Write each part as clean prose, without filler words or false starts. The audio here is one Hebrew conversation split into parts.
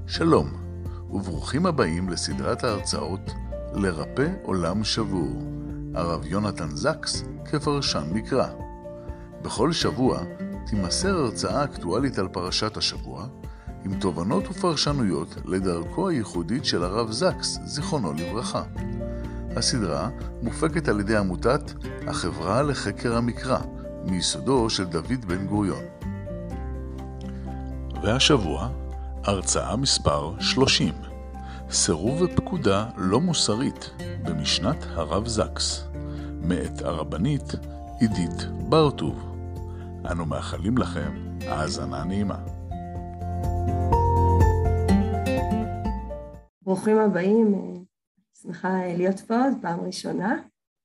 שלום, וברוכים הבאים לסדרת ההרצאות לרפא עולם שבור, הרב יונתן זקס כפרשן מקרא. בכל שבוע תימסר הרצאה אקטואלית על פרשת השבוע, עם תובנות ופרשנויות לדרכו הייחודית של הרב זקס, זיכרונו לברכה. הסדרה מופקת על ידי עמותת החברה לחקר המקרא, מיסודו של דוד בן גוריון. והשבוע, הרצאה מספר 30, סירוב ופקודה לא מוסרית במשנת הרב זקס, מאת הרבנית עידית בר-טוב. אנו מאחלים לכם האזנה נעימה. ברוכים הבאים, שמחה להיות פה, פעם ראשונה.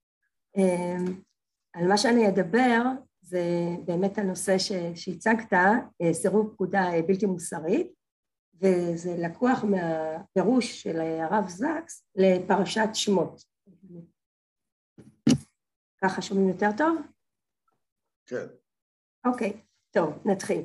על מה שאני אדבר זה באמת הנושא שהצגת, סירוב פקודה בלתי מוסרית, וזה לקוח מהפירוש של הרב זקס לפרשת שמות. ככה שומעים יותר טוב? כן. אוקיי, טוב, נתחיל.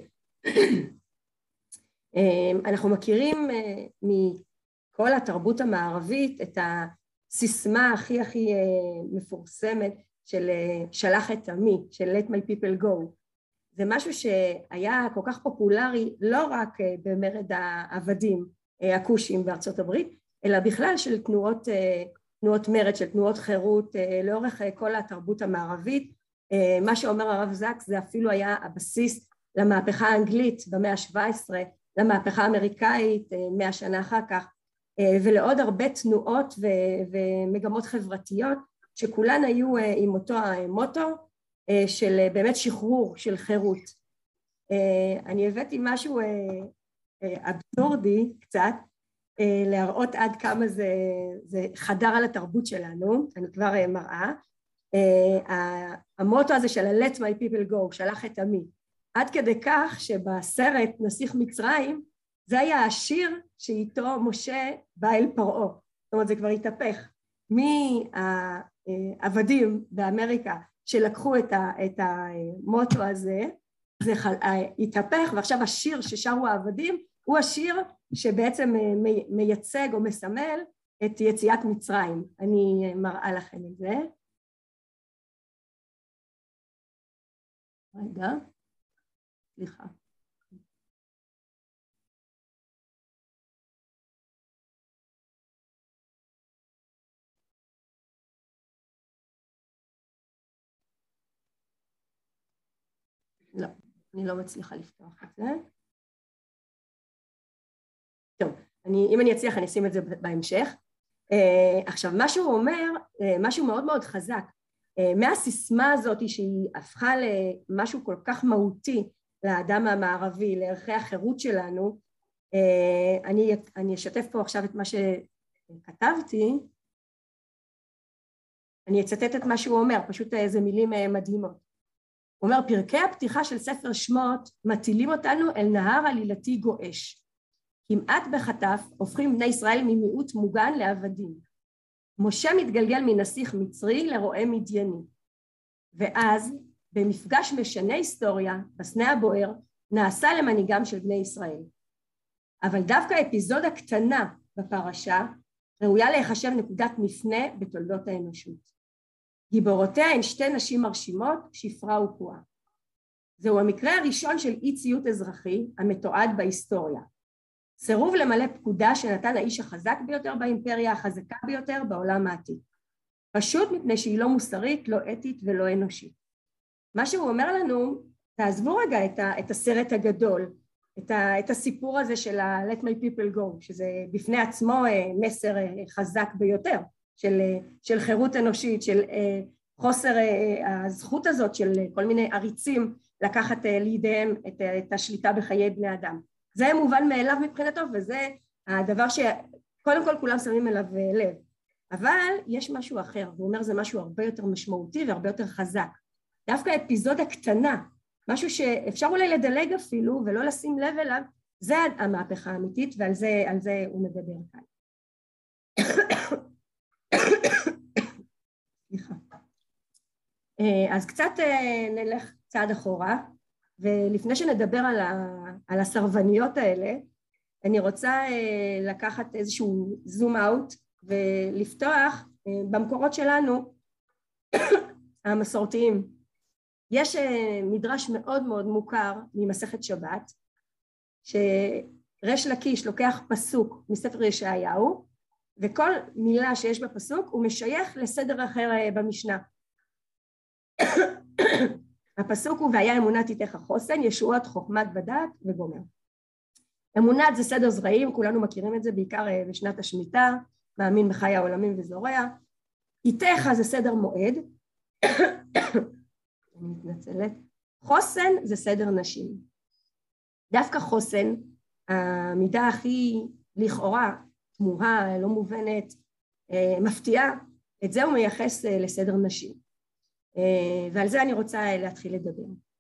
אנחנו מכירים מכל התרבות המערבית את הסיסמה הכי מפורסמת של שלח את עמי, של let my people go. זה משהו שהיה כל כך פופולרי לא רק במרד העבדים הכושים בארצות הברית, אלא בכלל של תנועות מרד, של תנועות חירות לאורך כל התרבות המערבית. מה שאומר הרב זקס זה אפילו היה הבסיס למהפכה האנגלית במאה ה-17, למהפכה האמריקאית 100 שנה אחר כך, ולעוד הרבה תנועות ומגמות חברתיות שכולן היו עם אותו המוטו של באמת שחרור, של חירות. אני הבאתי משהו אבסורדי קצת, להראות עד כמה זה חדר על התרבות שלנו, אני כבר מראה. המוטו הזה של ה-let my people go, שלח את עמי, עד כדי כך שבסרט נסיך מצרים, זה היה השיר שאיתו משה בא אל פרעה. זאת אומרת, זה כבר התהפך. מהעבדים באמריקה שלקחו את המוטו הזה, זה התהפך, ועכשיו השיר ששרו העבדים, הוא השיר שבעצם מייצג או מסמל את יציאת מצרים. אני מראה לכם את זה. רגע, סליחה. לא, אני לא מצליחה לפתוח את זה. טוב, אם אני אצליח אני אשים את זה בהמשך. עכשיו, מה שהוא אומר, משהו מאוד מאוד חזק, מהסיסמה הזאת שהיא הפכה למשהו כל כך מהותי לאדם המערבי, לערכי החירות שלנו, אני אשתף פה עכשיו את מה שכתבתי, אני אצטט את מה שהוא אומר, פשוט איזה מילים מדהימות. הוא אומר, פרקי הפתיחה של ספר שמות מטילים אותנו אל נהר עלילתי גועש. כמעט בחטף הופכים בני ישראל ממיעוט מוגן לעבדים. משה מתגלגל מנסיך מצרי לרועה מדייני. ואז, במפגש משנה היסטוריה, בסנה הבוער, נעשה למנהיגם של בני ישראל. אבל דווקא אפיזודה קטנה בפרשה, ראויה להיחשב נקודת מפנה בתולדות האנושות. גיבורותיה הן שתי נשים מרשימות, שפרה ופועה. זהו המקרה הראשון של אי ציות אזרחי המתועד בהיסטוריה. סירוב למלא פקודה שנתן האיש החזק ביותר באימפריה, החזקה ביותר בעולם העתיק. פשוט מפני שהיא לא מוסרית, לא אתית ולא אנושית. מה שהוא אומר לנו, תעזבו רגע את הסרט הגדול, את הסיפור הזה של ה-let my people go, שזה בפני עצמו מסר חזק ביותר, של חירות אנושית, של חוסר הזכות הזאת של כל מיני עריצים לקחת לידיהם את השליטה בחיי בני אדם. זה מובן מאליו מבחינתו, וזה הדבר שקודם כל כולם שמים אליו לב. אבל יש משהו אחר, הוא אומר זה משהו הרבה יותר משמעותי והרבה יותר חזק. דווקא אפיזודה קטנה, משהו שאפשר אולי לדלג אפילו ולא לשים לב אליו, זה המהפכה האמיתית, ועל זה הוא מדבר כאן. סליחה. אז קצת נלך צעד אחורה, ולפני שנדבר על הסרבניות האלה, אני רוצה לקחת איזשהו זום אאוט ולפתוח במקורות שלנו המסורתיים. יש מדרש מאוד מאוד מוכר ממסכת שבת, שריש לקיש לוקח פסוק מספר ישעיהו, וכל מילה שיש בפסוק הוא משייך לסדר אחר במשנה. הפסוק הוא והיה אמונת איתך חוסן, ישועות חוכמת ודעת וגומר. אמונת זה סדר זרעים, כולנו מכירים את זה בעיקר בשנת השמיטה, מאמין בחי העולמים וזורע. איתך זה סדר מועד, אני מתנצלת, חוסן זה סדר נשים. דווקא חוסן, המידה הכי לכאורה, תמוהה, לא מובנת, מפתיעה, את זה הוא מייחס לסדר נשים. ועל זה אני רוצה להתחיל לדבר.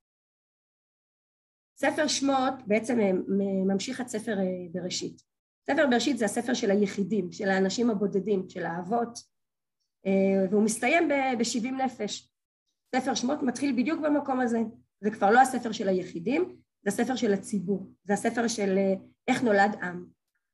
ספר שמות בעצם ממשיך את ספר בראשית. ספר בראשית זה הספר של היחידים, של האנשים הבודדים, של האבות, והוא מסתיים ב-70 נפש. ספר שמות מתחיל בדיוק במקום הזה. זה כבר לא הספר של היחידים, זה הספר של הציבור, זה הספר של איך נולד עם.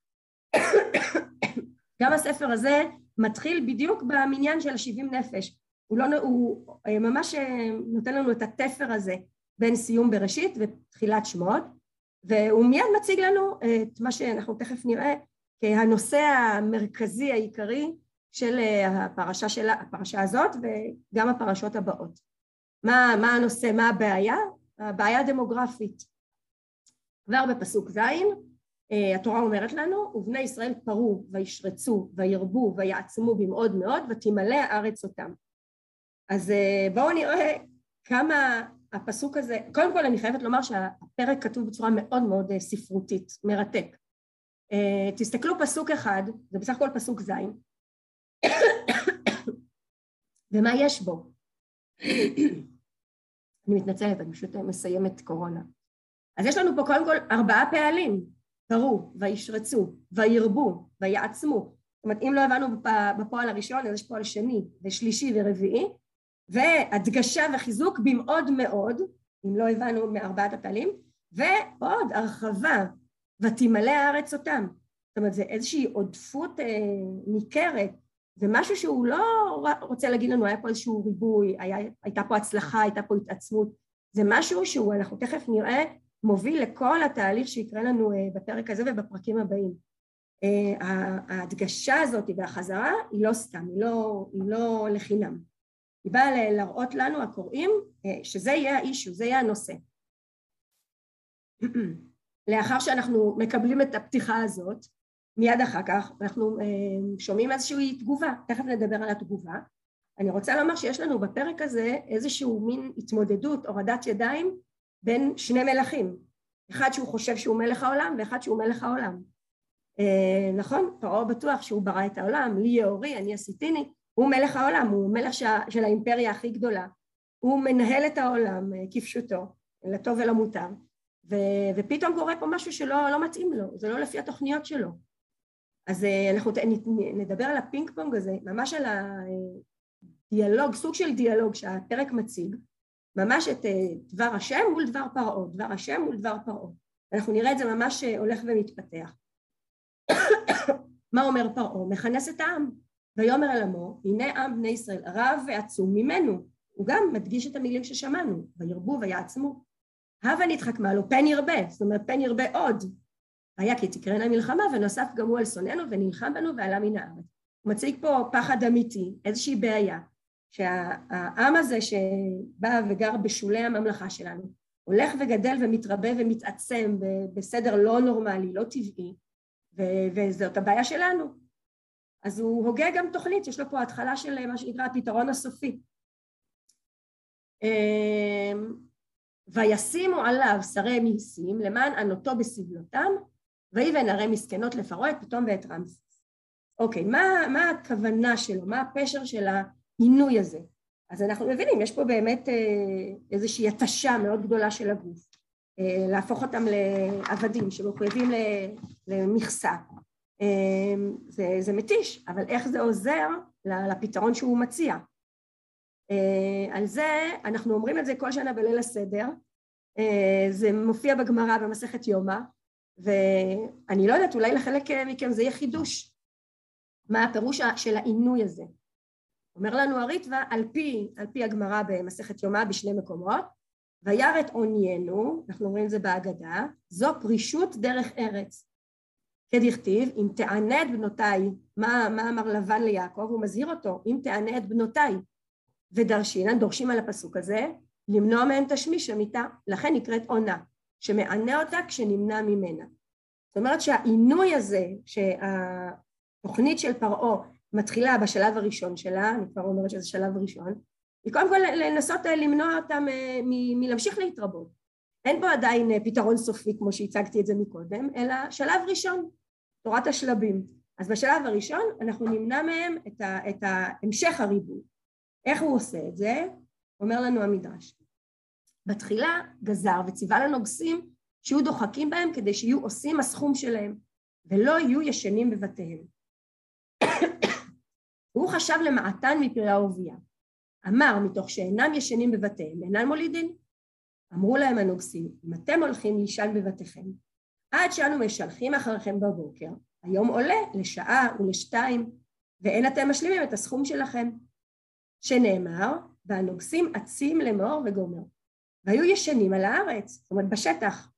גם הספר הזה מתחיל בדיוק במניין של ה-70 נפש. הוא ממש נותן לנו את התפר הזה בין סיום בראשית ותחילת שמות, והוא מיד מציג לנו את מה שאנחנו תכף נראה כהנושא המרכזי העיקרי של הפרשה הזאת וגם הפרשות הבאות. מה הנושא, מה הבעיה? הבעיה הדמוגרפית. כבר בפסוק ז' התורה אומרת לנו, ובני ישראל פרו וישרצו וירבו ויעצמו במאוד מאוד ותמלא הארץ אותם. אז בואו נראה כמה הפסוק הזה, קודם כל אני חייבת לומר שהפרק כתוב בצורה מאוד מאוד ספרותית, מרתק. תסתכלו פסוק אחד, זה בסך הכל פסוק ז', ומה יש בו? אני מתנצלת, אני פשוט מסיימת קורונה. אז יש לנו פה קודם כל 4 פעלים, פרו וישרצו וירבו ויעצמו. זאת אומרת, אם לא הבנו בפועל הראשון, אז יש פועל שני ושלישי ורביעי, והדגשה וחיזוק במאוד מאוד, אם לא הבנו מ4 הפעלים, ועוד הרחבה, ותמלא הארץ אותם. זאת אומרת, זה איזושהי עודפות ניכרת, זה משהו שהוא לא רוצה להגיד לנו, היה פה איזשהו ריבוי, הייתה פה הצלחה, הייתה פה התעצמות, זה משהו שהוא, אנחנו תכף נראה, מוביל לכל התהליך שיקרה לנו בפרק הזה ובפרקים הבאים. ההדגשה הזאת והחזרה היא לא סתם, היא לא לחינם. היא באה להראות לנו, הקוראים, שזה יהיה האישו, זה יהיה הנושא. לאחר שאנחנו מקבלים את הפתיחה הזאת, מיד אחר כך אנחנו שומעים איזושהי תגובה, תכף נדבר על התגובה. אני רוצה לומר שיש לנו בפרק הזה איזשהו מין התמודדות, הורדת ידיים, בין שני מלכים. אחד שהוא חושב שהוא מלך העולם, ואחד שהוא מלך העולם. נכון? פרעה בטוח שהוא ברא את העולם, לי יאורי, אני עשיתיני, הוא מלך העולם, הוא מלך של האימפריה הכי גדולה. הוא מנהל את העולם כפשוטו, לטוב ולמותר. ופתאום קורה פה משהו שלא מתאים לו, זה לא לפי התוכניות שלו. אז אנחנו נדבר על הפינג פונג הזה, ממש על הדיאלוג, סוג של דיאלוג שהפרק מציג, ממש את דבר השם מול דבר פרעה, דבר השם מול דבר פרעה. אנחנו נראה את זה ממש הולך ומתפתח. מה אומר פרעה? מכנס את העם, ויאמר אל עמו, הנה עם בני ישראל רב ועצום ממנו. הוא גם מדגיש את המילים ששמענו, וירבו ויעצמו. הבה נתחכמה לו, פן ירבה, זאת אומרת פן ירבה עוד. היה כי תקרנה מלחמה, ונוסף גם הוא על שונאנו, ונלחם בנו ועלה מן הארץ. הוא מציג פה פחד אמיתי, איזושהי בעיה, שהעם הזה שבא וגר בשולי הממלכה שלנו, הולך וגדל ומתרבה ומתעצם בסדר לא נורמלי, לא טבעי, וזאת הבעיה שלנו. אז הוא הוגה גם תוכנית, יש לו פה התחלה של מה שנקרא הפתרון הסופי. וישימו עליו שרי מיסים למען ענותו בסבלותם, ויבן הרי מסכנות לפרעה את פתאום ואת רמסס. אוקיי, מה הכוונה שלו, מה הפשר של העינוי הזה? אז אנחנו מבינים, יש פה באמת איזושהי התשה מאוד גדולה של הגוף, להפוך אותם לעבדים שמחויבים למכסה. זה מתיש, אבל איך זה עוזר לפתרון שהוא מציע? על זה אנחנו אומרים את זה כל שנה בליל הסדר, זה מופיע בגמרא במסכת יומא, ואני לא יודעת, אולי לחלק מכם זה יהיה חידוש. מה הפירוש של העינוי הזה? אומר לנו הריטב"א, על פי הגמרא במסכת יומא בשני מקומות, וירא את עוניינו, אנחנו אומרים את זה בהגדה, זו פרישות דרך ארץ. כדכתיב, אם תענה את בנותיי, מה אמר לבן ליעקב? הוא מזהיר אותו, אם תענה את בנותיי, ודרשינן, דורשים על הפסוק הזה, למנוע מהם תשמיש המיתה, לכן נקראת עונה, שמענה אותה כשנמנע ממנה. זאת אומרת שהעינוי הזה, שהתוכנית של פרעה מתחילה בשלב הראשון שלה, אני כבר אומרת שזה שלב ראשון, היא קודם כל לנסות למנוע אותם מלהמשיך להתרבות. אין בו עדיין פתרון סופי כמו שהצגתי את זה מקודם, אלא שלב ראשון, תורת השלבים. אז בשלב הראשון אנחנו נמנע מהם את המשך הריבוי. איך הוא עושה את זה? אומר לנו המדרש. בתחילה גזר וציווה לנוגסים שיהיו דוחקים בהם כדי שיהיו עושים הסכום שלהם, ולא יהיו ישנים בבתיהם. הוא חשב למעטן מפרי אהוביה. אמר, מתוך שאינם ישנים בבתיהם, אינם מולידים. אמרו להם הנוגסים, אם אתם הולכים לישן בבתיכם, עד שאנו משלחים אחריכם בבוקר, היום עולה לשעה ולשתיים, ואין אתם משלימים את הסכום שלכם. שנאמר, והנוגסים עצים למאור וגומר, והיו ישנים על הארץ, זאת אומרת בשטח.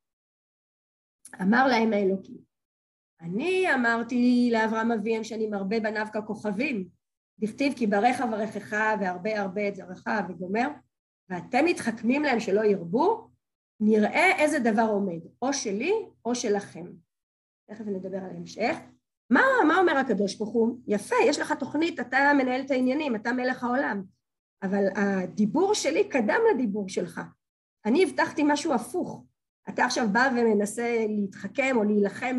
אמר להם האלוקים, אני אמרתי לאברהם אביהם שאני מרבה בניו ככוכבים, דכתיב כי ברך אברכך והרבה את זרעך וגומר, ואתם מתחכמים להם שלא ירבו, נראה איזה דבר עומד, או שלי או שלכם. תכף נדבר על ההמשך. מה אומר הקדוש ברוך הוא? יפה, יש לך תוכנית, אתה מנהל את העניינים, אתה מלך העולם, אבל הדיבור שלי קדם לדיבור שלך. אני הבטחתי משהו הפוך. אתה עכשיו בא ומנסה להתחכם או להילחם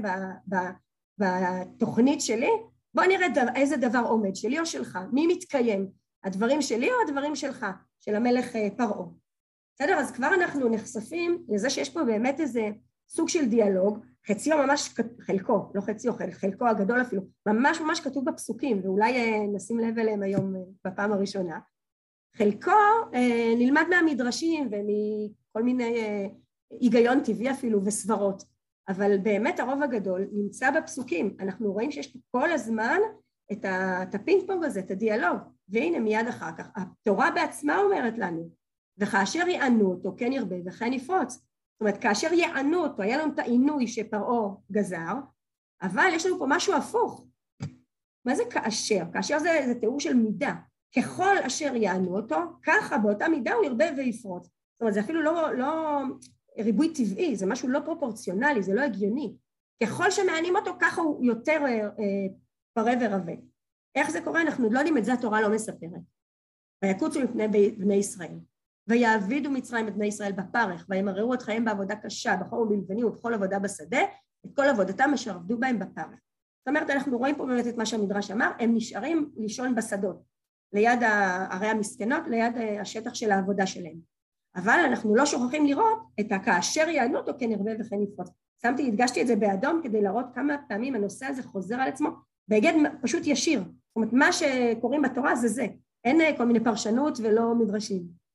בתוכנית שלי, בוא נראה איזה דבר עומד, שלי או שלך, מי מתקיים, הדברים שלי או הדברים שלך, של המלך פרעה. בסדר? אז כבר אנחנו נחשפים לזה שיש פה באמת איזה סוג של דיאלוג, חציו ממש, חלקו, לא חציו, חלקו הגדול אפילו, ממש כתוב בפסוקים, ואולי נשים לב אליהם היום בפעם הראשונה. חלקו נלמד מהמדרשים ומכל מיני היגיון טבעי אפילו וסברות, אבל באמת הרוב הגדול נמצא בפסוקים. אנחנו רואים שיש כל הזמן את הפינג פונג הזה, את הדיאלוג, והנה מיד אחר כך, התורה בעצמה אומרת לנו, וכאשר יענו אותו כן ירבה וכן יפרוץ. זאת אומרת, כאשר יענו אותו, היה לנו את העינוי שפרעה גזר, אבל יש לנו פה משהו הפוך. מה זה כאשר? כאשר זה תיאור של מידה. ככל אשר יענו אותו, ככה באותה מידה הוא ירבה ויפרוץ. זאת אומרת, זה אפילו לא ריבוי טבעי, זה משהו לא פרופורציונלי, זה לא הגיוני. ככל שמענים אותו, ככה הוא יותר פרה ורבה. איך זה קורה? אנחנו לא יודעים, את זה התורה לא מספרת. ויקוצו מפני בני ישראל. ויעבידו מצרים את בני ישראל בפרך, וימררו את חייהם בעבודה קשה, בחום ובלבני ובכל עבודה בשדה, את כל עבודתם אשר עבדו בהם בפרך. זאת אומרת, אנחנו רואים פה באמת את מה שהמדרש אמר, הם נשארים לישון בשדות, ליד ערי המסכנות, ליד השטח של העבודה שלהם. אבל אנחנו לא שוכחים לראות את כאשר יענו אותו כן ירבה וכן יפרוץ. הדגשתי את זה באדום כדי להראות כמה פעמים הנושא הזה חוזר על עצמו, בהיגד פשוט ישיר. זאת אומרת, מה שקוראים בתורה זה. אין כל מיני פרשנות ולא מדרשים.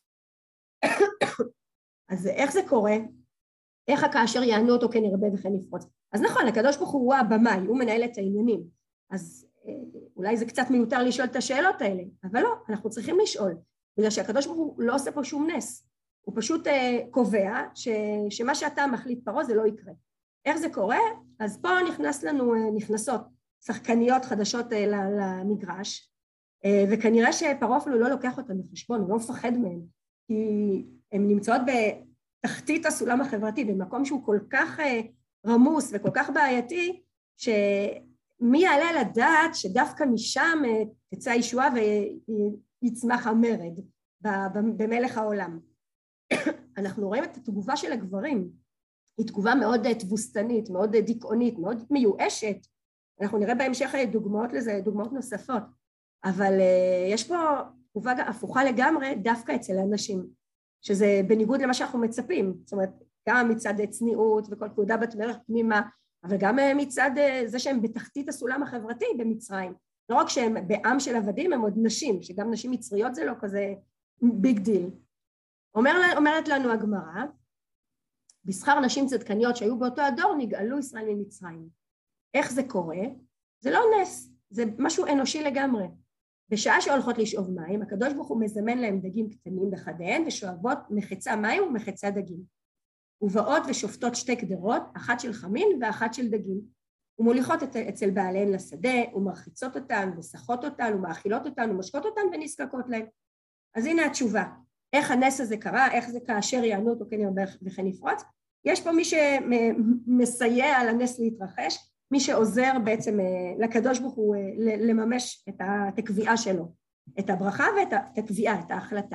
אז איך זה קורה? איך כאשר יענו אותו כן ירבה וכן יפרוץ? אז נכון, הקדוש ברוך הוא הבמאי, הוא מנהל את העניינים. אז אולי זה קצת מיותר לשאול את השאלות האלה, אבל לא, אנחנו צריכים לשאול, בגלל שהקדוש ברוך הוא לא עושה פה שום נס. הוא פשוט קובע שמה שאתה מחליט פרעה זה לא יקרה. איך זה קורה? אז פה נכנסות שחקניות חדשות למגרש, וכנראה שפרעה אפילו לא לוקח אותם בחשבון, הוא לא מפחד מהם, כי הן נמצאות בתחתית הסולם החברתי, במקום שהוא כל כך רמוס וכל כך בעייתי, שמי יעלה על הדעת שדווקא משם תצא הישועה ויצמח המרד במלך העולם. אנחנו רואים את התגובה של הגברים, היא תגובה מאוד תבוסתנית, מאוד דיכאונית, מאוד מיואשת. אנחנו נראה בהמשך דוגמאות לזה, דוגמאות נוספות, אבל יש פה תגובה הפוכה לגמרי דווקא אצל האנשים, שזה בניגוד למה שאנחנו מצפים, זאת אומרת, גם מצד צניעות וכל פקודה בתמרך פנימה, אבל גם מצד זה שהם בתחתית הסולם החברתי במצרים. לא רק שהם בעם של עבדים, הם עוד נשים, שגם נשים מצריות זה לא כזה ביג דיל. אומרת לנו הגמרא, בשכר נשים צדקניות שהיו באותו הדור נגאלו ישראל ממצרים. איך זה קורה? זה לא נס, זה משהו אנושי לגמרי. בשעה שהולכות לשאוב מים, הקדוש ברוך הוא מזמן להם דגים קטנים בחדיהן ושואבות מחצה מים ומחצה דגים. ובאות ושופטות שתי קדרות, אחת של חמין ואחת של דגים. ומוליכות אצל בעליהן לשדה, ומרחיצות אותן, ושחות אותן, ומאכילות אותן, ומשקות אותן, ונזקקות להן. אז הנה התשובה. איך הנס הזה קרה, איך זה כאשר יענו אותו כן ירבה וכן יפרוץ. יש פה מי שמסייע לנס להתרחש, מי שעוזר בעצם לקדוש ברוך הוא לממש את הקביעה שלו, את הברכה ואת הקביעה, את ההחלטה.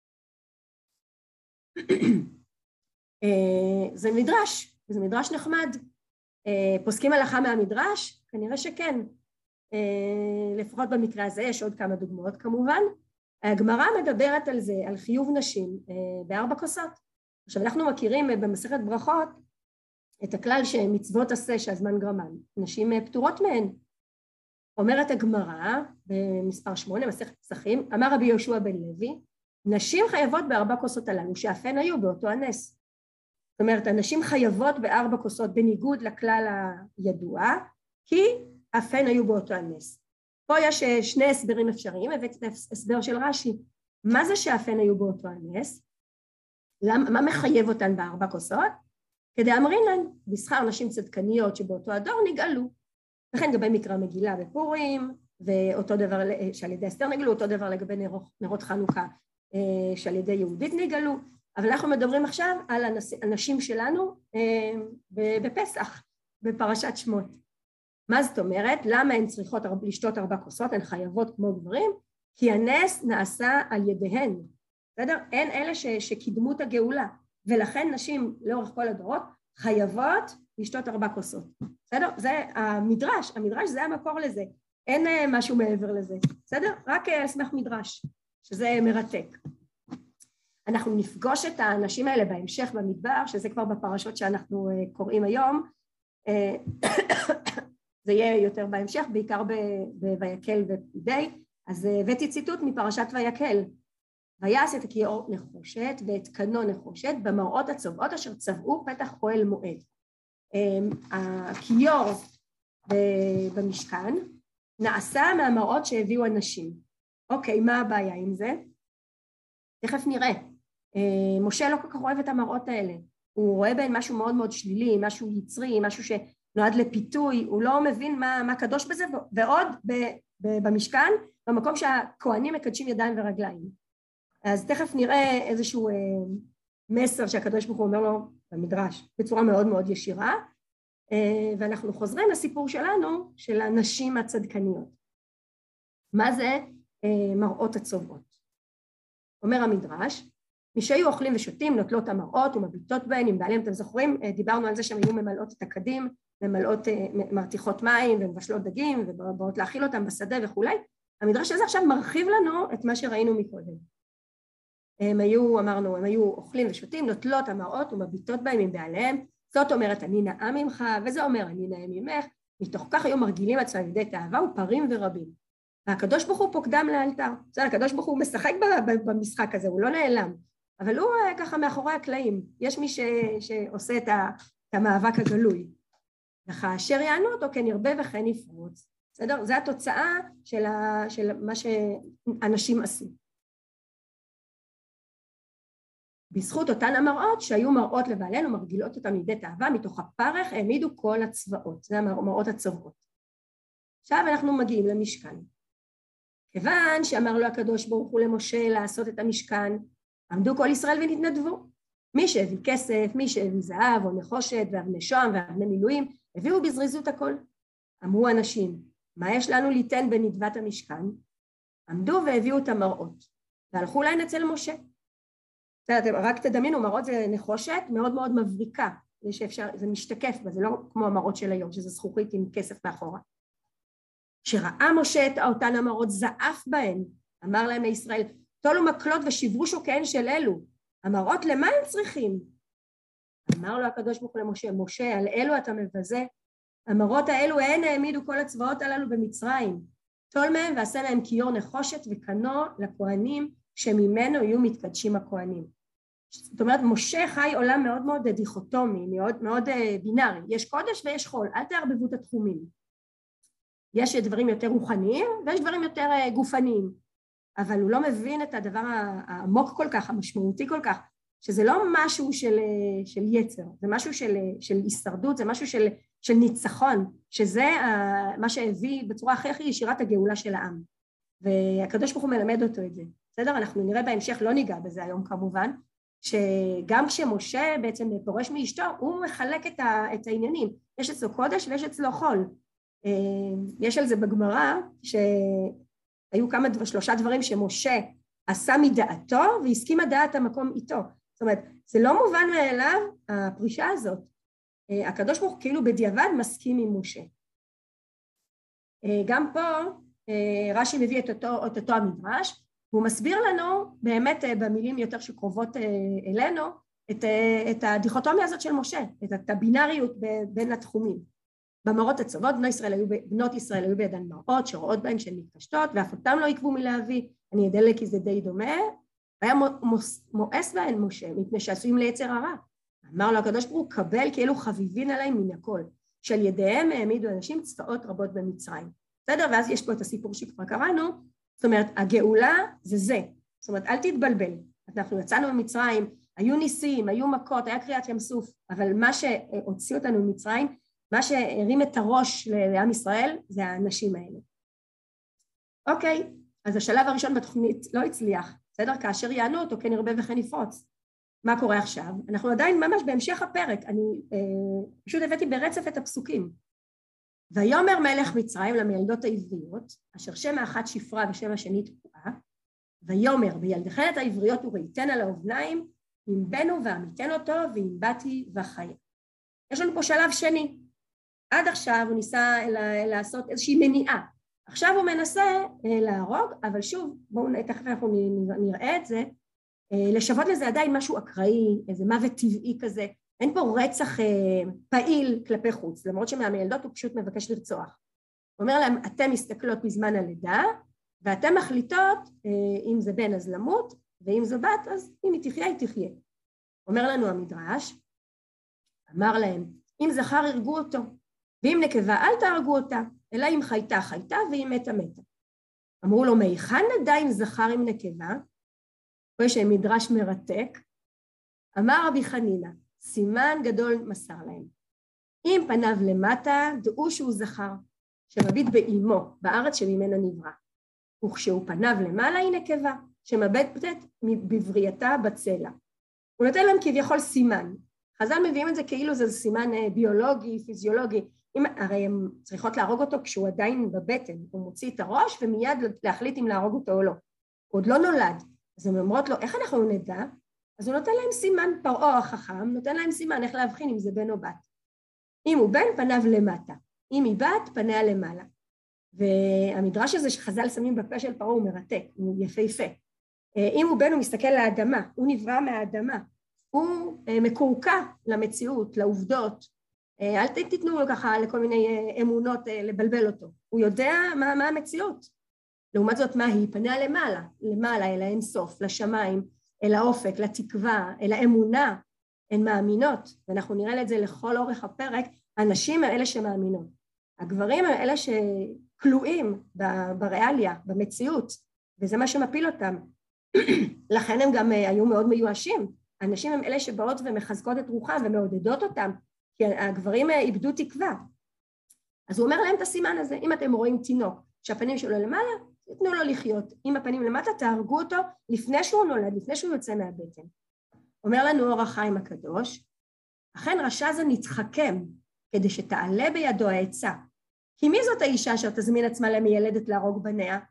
זה מדרש, זה מדרש נחמד. פוסקים הלכה מהמדרש? כנראה שכן. לפחות במקרה הזה יש עוד כמה דוגמאות כמובן. הגמרא מדברת על זה, על חיוב נשים ב4 כוסות. עכשיו אנחנו מכירים במסכת ברכות את הכלל שמצוות עשה שהזמן גרמן, נשים פטורות מהן. אומרת הגמרא במספר 8, מסכת פסחים, אמר רבי יהושע בן לוי, נשים חייבות ב4 כוסות הללו שאף הן היו באותו הנס. זאת אומרת, הנשים חייבות ב4 כוסות בניגוד לכלל הידוע, כי אף הן היו באותו הנס. פה יש 2 הסברים אפשריים, הבאתי את ההסבר של רש"י. מה זה שאף הן היו באותו הנס? מה מחייב אותן ב4 כוסות? כדי אמרינן, בשכר נשים צדקניות שבאותו הדור נגאלו. לכן לגבי מקרא מגילה בפורים, ואותו דבר שעל ידי אסתר נגאלו, אותו דבר לגבי נרות חנוכה שעל ידי יהודית נגאלו, אבל אנחנו מדברים עכשיו על הנשים שלנו בפסח, בפרשת שמות. מה זאת אומרת? למה הן צריכות לשתות 4 כוסות? הן חייבות כמו גברים? כי הנס נעשה על ידיהן, בסדר? הן אלה שקידמו את הגאולה, ולכן נשים לאורך כל הדורות חייבות לשתות 4 כוסות, בסדר? זה המדרש, המדרש זה המקור לזה, אין משהו מעבר לזה, בסדר? רק על סמך מדרש, שזה מרתק. אנחנו נפגוש את האנשים האלה בהמשך במדבר, שזה כבר בפרשות שאנחנו קוראים היום, זה יהיה יותר בהמשך, בעיקר בויקל ופקודי, אז הבאתי ציטוט מפרשת ויקל, ויעש את הכיור נחושת ואת קנו נחושת במראות הצובעות אשר צבעו פתח אוהל מועד. הכיור במשכן נעשה מהמראות שהביאו אנשים. אוקיי, מה הבעיה עם זה? תכף נראה. משה לא כל כך אוהב את המראות האלה. הוא רואה בהן משהו מאוד מאוד שלילי, משהו יצרי, משהו שנועד לפיתוי, הוא לא מבין מה קדוש בזה, ועוד במשכן, במקום שהכהנים מקדשים ידיים ורגליים. אז תכף נראה איזשהו מסר שהקדוש ברוך הוא אומר לו במדרש, בצורה מאוד מאוד ישירה, ואנחנו חוזרים לסיפור שלנו, של הנשים הצדקניות. מה זה מראות הצובעות? אומר המדרש, מי שהיו אוכלים ושותים, נוטלות המראות ומביטות בהן, אם בעליהם אתם זוכרים, דיברנו על זה שהם היו ממלאות את הקדים, מרתיחות מים ומבשלות דגים, ובאות להאכיל אותם בשדה וכולי. המדרש הזה עכשיו מרחיב לנו את מה שראינו מקודם. הם היו אוכלים ושותים, נוטלות המראות ומביטות בהם עם בעליהם, זאת אומרת אני נאה ממך, וזה אומר אני נאה ממך, מתוך כך היו מרגילים עצמם לידי תאווה ופרים ורבים. והקדוש ברוך הוא פוקדם לאלתר, בסדר, הקדוש ברוך הוא משחק במשחק הזה, הוא לא נעלם, אבל הוא ככה מאחורי הקלעים, יש מי שעושה את המאבק הגלוי, וכאשר יענו אותו כן ירבה וכן יפרוץ, בסדר? זה התוצאה של מה שאנשים עשו. בזכות אותן המראות שהיו מראות לבעלינו, מרגילות אותם לידי תאווה, מתוך הפרך העמידו כל הצבאות, זה המראות הצבאות. עכשיו אנחנו מגיעים למשכן. כיוון שאמר לו הקדוש ברוך הוא למשה לעשות את המשכן, עמדו כל ישראל ונתנדבו. מי שהביא כסף, מי שהביא זהב או נחושת ואבני שוהם ואבני מילואים, הביאו בזריזות הכל. אמרו אנשים, מה יש לנו ליתן בנדבת המשכן? עמדו והביאו את המראות, והלכו להן אצל משה. רק תדמיינו, מראות זה נחושת מאוד מאוד מבריקה, זה משתקף בה, זה לא כמו המראות של היום, שזה זכוכית עם כסף מאחורה. כשראה משה את אותן המראות זעף בהן, אמר להם לישראל, תולו מקלות ושברו שוקעיהן של אלו, המראות למה הם צריכים? אמר לו הקדוש ברוך הוא למשה, משה, על אלו אתה מבזה, המראות האלו הן העמידו כל הצבאות הללו במצרים, תול מהם ועשה להם כיור נחושת וקנו לכהנים, שממנו יהיו מתקדשים הכהנים. זאת אומרת, משה חי עולם מאוד מאוד דיכוטומי, מאוד מאוד בינארי, יש קודש ויש חול, אל תערבבו את התחומים. יש דברים יותר רוחניים ויש דברים יותר גופניים, אבל הוא לא מבין את הדבר העמוק כל כך, המשמעותי כל כך, שזה לא משהו של יצר, זה משהו של הישרדות, זה משהו של ניצחון, שזה מה שהביא בצורה הכי ישירת הגאולה של העם. והקדוש ברוך הוא מלמד אותו את זה. בסדר? אנחנו נראה בהמשך, לא ניגע בזה היום כמובן, שגם כשמשה בעצם פורש מאשתו, הוא מחלק את העניינים. יש אצלו קודש ויש אצלו חול. יש על זה בגמרא, שהיו שלושה דברים שמשה עשה מדעתו, והסכים הדעת המקום איתו. זאת אומרת, זה לא מובן מאליו, הפרישה הזאת. הקדוש ברוך הוא כאילו בדיעבד מסכים עם משה. גם פה, רש"י מביא את אותו המדרש, והוא מסביר לנו באמת במילים יותר שקרובות אלינו, את הדיכוטומיה הזאת של משה, את הבינאריות בין התחומים. במראות הצוות, בנות ישראל היו בידן מראות, שרואות בהן שהן מתקשטות, ואף אותם לא עקבו מלהביא, אני אדלק כי זה די דומה, והיה מואס בהן משה, מפני שעשויים ליצר הרע. אמר לו הקדוש ברוך הוא, קבל כאילו חביבין עליהם מן הכל, שעל ידיהם העמידו אנשים צבאות רבות במצרים. בסדר? ואז יש פה את הסיפור שכבר קראנו, זאת אומרת, הגאולה זה זה. זאת אומרת, אל תתבלבל. אנחנו יצאנו ממצרים, היו ניסים, היו מכות, היה קריאת ים סוף, אבל מה שהוציא אותנו ממצרים, מה שהרים את הראש לעם ישראל, זה האנשים האלה. אוקיי, אז השלב הראשון בתוכנית לא הצליח, בסדר? כאשר יענו אותו, כן ירבה וכן יפרוץ. מה קורה עכשיו? אנחנו עדיין ממש בהמשך הפרק, אני פשוט הבאתי ברצף את הפסוקים. ויאמר מלך מצרים למילדות העבריות, אשר שם האחת שפרה ושם השני תקועה, ויאמר בילדכן את העבריות וראיתן על האובניים, אם בנו ועמיתן אותו, ואם באתי וחיה. יש לנו פה שלב שני. עד עכשיו הוא ניסה לעשות איזושהי מניעה. עכשיו הוא מנסה להרוג, אבל שוב, בואו תכף אנחנו נראה את זה, לשוות לזה עדיין משהו אקראי, איזה מוות טבעי כזה, אין פה רצח פעיל כלפי חוץ, למרות שמהמילדות הוא פשוט מבקש לרצוח. הוא אומר להם, אתם מסתכלות בזמן הלידה, ואתם מחליטות אם זה בן אז למות, ואם זו בת אז אם היא תחיה, היא תחיה. אומר לנו המדרש, אמר להם, אם זכר הרגו אותו, ואם נקבה אל תהרגו אותה, אלא אם חייתה חייתה ואם מתה מתה. אמרו לו, מהיכן נדע אם זכר עם נקבה? פה יש מדרש מרתק, אמר רבי חנינא, סימן גדול מסר להם. אם פניו למטה, דעו שהוא זכר, שמביט באימו, בארץ שממנה נברא. וכשהוא פניו למעלה היא נקבה, שמביטת בברייתה בצלע. הוא נותן להם כביכול סימן. חז"ל מביאים את זה כאילו זה סימן ביולוגי, פיזיולוגי. הרי הם צריכות להרוג אותו כשהוא עדיין בבטן, הוא מוציא את הראש ומיד להחליט אם להרוג אותו או לא. הוא עוד לא נולד. אז הן אומרות לו, איך אנחנו נדע? אז הוא נותן להם סימן, פרעה החכם, נותן להם סימן איך להבחין אם זה בן או בת. אם הוא בן, פניו למטה. אם היא בת, פניה למעלה. והמדרש הזה שחז"ל שמים בפה של פרעה הוא מרתק, הוא יפהפה. אם הוא בן, הוא מסתכל לאדמה, הוא נברא מהאדמה. הוא מקורקע למציאות, לעובדות. אל תיתנו לו ככה לכל מיני אמונות לבלבל אותו. הוא יודע מה המציאות. לעומת זאת, מה היא? פניה למעלה, למעלה, אל האינסוף, לשמיים, אל האופק, לתקווה, אל האמונה, הן מאמינות, ואנחנו נראה את זה לכל אורך הפרק, הנשים הם אלה שמאמינות. הגברים הם אלה שכלואים בריאליה, במציאות, וזה מה שמפיל אותם. לכן הם גם היו מאוד מיואשים. הנשים הם אלה שבאות ומחזקות את רוחם ומעודדות אותם, כי הגברים איבדו תקווה. אז הוא אומר להם את הסימן הזה, אם אתם רואים תינוק שהפנים שלו למעלה, תתנו לו לחיות. אם הפנים למטה, תהרגו אותו לפני שהוא נולד, לפני שהוא יוצא מהבטן. אומר לנו אור החיים הקדוש, אכן רשע זה נתחכם, כדי שתעלה בידו העצה. כי מי זאת האישה אשר תזמין עצמה למיילדת להרוג בניה?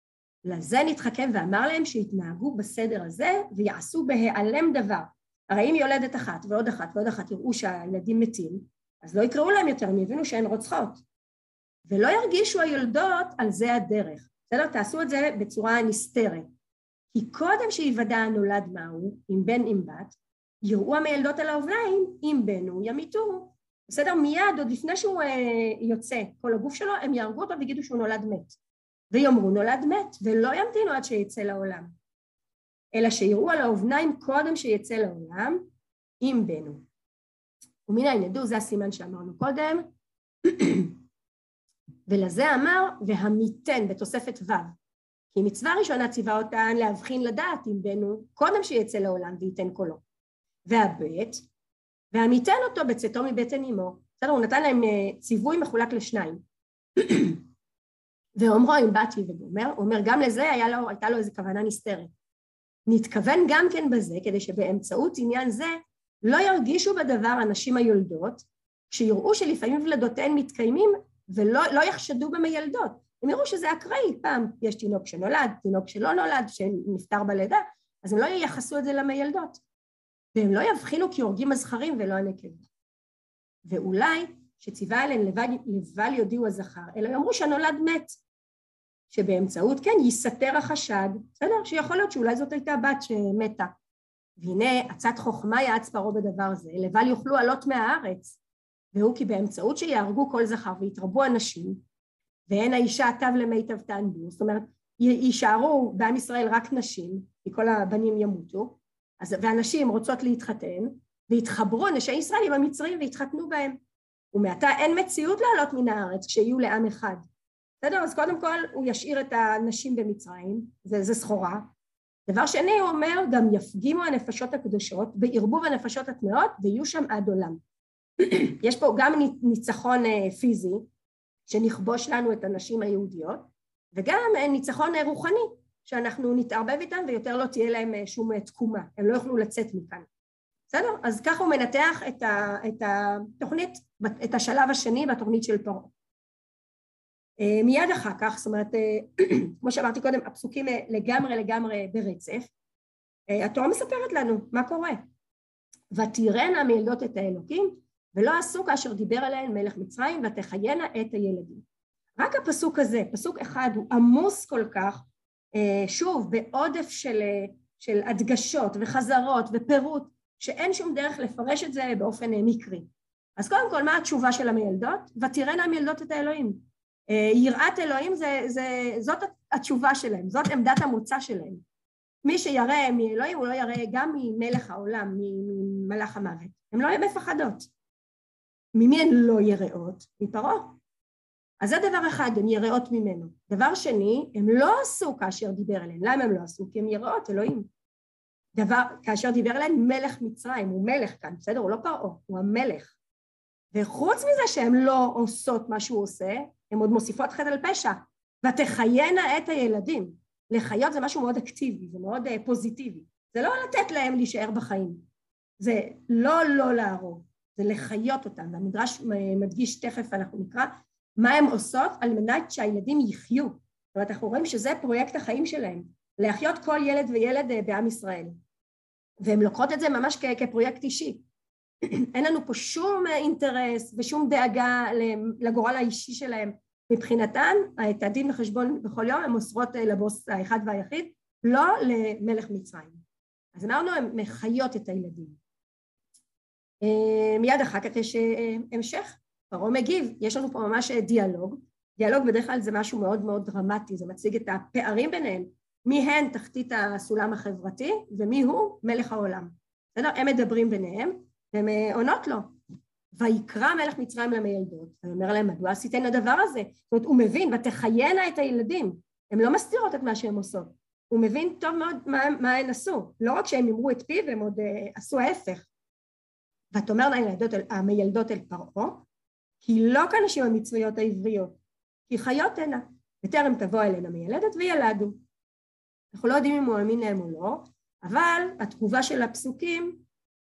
לזה נתחכם ואמר להם שיתנהגו בסדר הזה, ויעשו בהיעלם דבר. הרי אם יולדת אחת ועוד אחת ועוד אחת יראו שהילדים מתים, אז לא יקראו להם יותר, הם יבינו שהן רוצחות. ולא ירגישו היולדות על זה הדרך. בסדר? תעשו את זה בצורה נסתרת. כי קודם שיוודע הנולד מהו, אם בן אם בת, יראו המילדות על האובניים, אם בנו ימיתו. בסדר? מיד, עוד לפני שהוא יוצא כל הגוף שלו, הם יהרגו אותו ויגידו שהוא נולד מת. ויאמרו נולד מת, ולא ימתינו עד שיצא לעולם. אלא שיראו על האובניים קודם שיצא לעולם, עם בנו. ומניין ידעו, זה הסימן שאמרנו קודם, ולזה אמר, והמיתן בתוספת ו', כי מצווה ראשונה ציווה אותן להבחין לדעת עם בנו, קודם שיצא לעולם וייתן קולו. והבית, והמיתן אותו בצאתו מבטן אמו. בסדר, הוא נתן להם ציווי מחולק לשניים. ואומרו אם באתי וגומר, הוא אומר גם לזה הייתה לו איזו כוונה נסתרת. נתכוון גם כן בזה, כדי שבאמצעות עניין זה, לא ירגישו בדבר הנשים היולדות, כשיראו שלפעמים ולדותיהן מתקיימים, ולא יחשדו במיילדות. הם יראו שזה אקראי, פעם יש תינוק שנולד, תינוק שלא נולד, שנפטר בלידה, אז הם לא ייחסו את זה למיילדות. והם לא יבחינו כי הורגים הזכרים ולא הנקבה. ואולי שציווה אליהם לבל יודיעו הזכר, אלא יאמרו שהנולד מת, שבאמצעות כן יסתר החשד, בסדר? שיכול להיות שאולי זאת הייתה בת שמתה. והנה עצת חוכמה יעץ פרעה בדבר זה, לבל יוכלו עלות מהארץ, והוא כי באמצעות שיהרגו כל זכר ויתרבו אנשים, ואין האישה תו למיטב תענדו, זאת אומרת, יישארו בעם ישראל רק נשים, כי כל הבנים ימותו, ואנשים רוצות להתחתן, והתחברו נשי ישראל עם המצרים והתחתנו בהם. ומעתה אין מציאות לעלות מן הארץ כשיהיו לעם אחד. בסדר? אז קודם כל הוא ישאיר את הנשים במצרים, זה סחורה. דבר שני הוא אומר, גם יפגימו הנפשות הקדושות, בערבוב הנפשות הטמאות, ויהיו שם עד עולם. יש פה גם ניצחון פיזי, שנכבוש לנו את הנשים היהודיות, וגם ניצחון רוחני, שאנחנו נתערבב איתם ויותר לא תהיה להם שום תקומה, הם לא יוכלו לצאת מכאן. בסדר? אז ככה הוא מנתח את התוכנית, את השלב השני בתוכנית של פרעה. מיד אחר כך, זאת אומרת, כמו שאמרתי קודם, הפסוקים לגמרי ברצף, התורה מספרת לנו מה קורה. ותראינה מילדות את האלוקים, ולא עשו כאשר דיבר עליהן מלך מצרים, ותחיינה את הילדים. רק הפסוק הזה, פסוק אחד, הוא עמוס כל כך, שוב, בעודף של הדגשות וחזרות ופירוט, שאין שום דרך לפרש את זה באופן מקרי. אז קודם כל, מה התשובה של המילדות? ותראינה מילדות את האלוהים. יראת אלוהים, זאת התשובה שלהם, זאת עמדת המוצא שלהם. מי שירא מאלוהים, הוא לא ירא גם ממלך העולם, ממלאך המוות. הם לא מפחדות. ממי הן לא יראות? מפרעה. אז זה דבר אחד, הן יראות ממנו. דבר שני, הם לא עשו כאשר דיבר אליהם. למה הם לא עשו? כי הם יראות אלוהים. כאשר דיבר אליהם מלך מצרים, הוא מלך כאן, בסדר? הוא לא פרעה, הוא המלך. וחוץ מזה שהן לא עושות מה שהוא עושה, הן עוד מוסיפות חטא על פשע. ותחיינה את הילדים. לחיות זה משהו מאוד אקטיבי, זה מאוד פוזיטיבי. זה לא לתת להם להישאר בחיים. זה לא להרוג, זה לחיות אותם. והמדרש מדגיש תכף, אנחנו נקרא, מה הן עושות על מנת שהילדים יחיו. זאת אומרת, אנחנו רואים שזה פרויקט החיים שלהם, להחיות כל ילד וילד בעם ישראל. והן לוקחות את זה ממש כפרויקט אישי. אין לנו פה שום אינטרס ושום דאגה לגורל האישי שלהם. מבחינתן, את הדין וחשבון בכל יום, הן מוסרות לבוס האחד והיחיד, לא למלך מצרים. אז אמרנו, הן מחיות את הילדים. מיד אחר כך יש המשך, פרעה מגיב, יש לנו פה ממש דיאלוג, דיאלוג בדרך כלל זה משהו מאוד מאוד דרמטי, זה מציג את הפערים ביניהם, מי הן תחתית הסולם החברתי, ומי הוא מלך העולם. בסדר? הם מדברים ביניהם, והם עונות לו. ויקרא מלך מצרים למילדות, ואומר להם, מדוע עשיתן הדבר הזה? זאת אומרת, הוא מבין, ותחיינה את הילדים, הם לא מסתירות את מה שהם עושות, הוא מבין טוב מאוד מה הן עשו, לא רק שהם אמרו את פיו, הם עוד עשו ההפך. ותאמר המילדות אל פרעה, כי לא כנשים המצריות העבריות, כי חיות הנה, בטרם תבוא אליהן המילדת וילדו. אנחנו לא יודעים אם הוא האמין להם או לא, אבל התגובה של הפסוקים,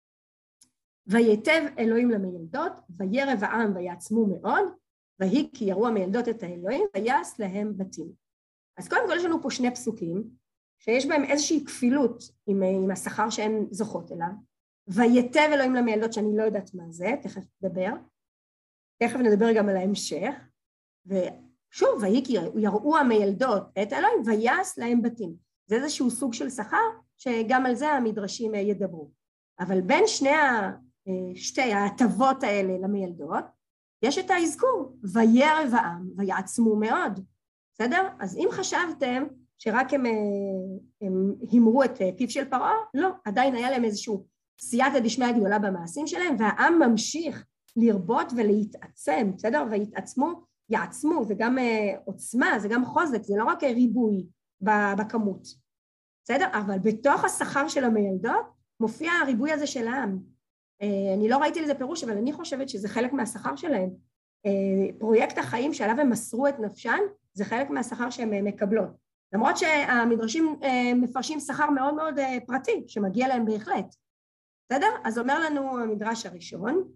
ויתב אלוהים למילדות, וירב העם ויעצמו מאוד, ויהי כי יראו המילדות את האלוהים, ויעש להם בתים. אז קודם כל יש לנו פה שני פסוקים, שיש בהם איזושהי כפילות עם השכר שהן זוכות אליו, ויתב אלוהים למילדות, שאני לא יודעת מה זה, תכף נדבר גם על ההמשך, ושוב, ויהי כי יראו המילדות את האלוהים, ויעש להם בתים. זה איזשהו סוג של שכר, שגם על זה המדרשים ידברו. אבל בין שתי ההטבות האלה למילדות, יש את האזכור, וירב העם, ויעצמו מאוד. בסדר? אז אם חשבתם שרק הם הימרו את פיו של פרעה? לא, עדיין היה להם איזשהו סייעתא דשמיא גדולה במעשים שלהם, והעם ממשיך לרבות ולהתעצם, בסדר? יעצמו, זה גם עוצמה, זה גם חוזק, זה לא רק ריבוי בכמות, בסדר? אבל בתוך השכר של המיילדות מופיע הריבוי הזה של העם. אני לא ראיתי לזה פירוש, אבל אני חושבת שזה חלק מהשכר שלהם. פרויקט החיים שעליו הם מסרו את נפשן, זה חלק מהשכר שהן מקבלות. למרות שהמדרשים מפרשים שכר מאוד מאוד פרטי, שמגיע להם בהחלט. בסדר? אז אומר לנו המדרש הראשון,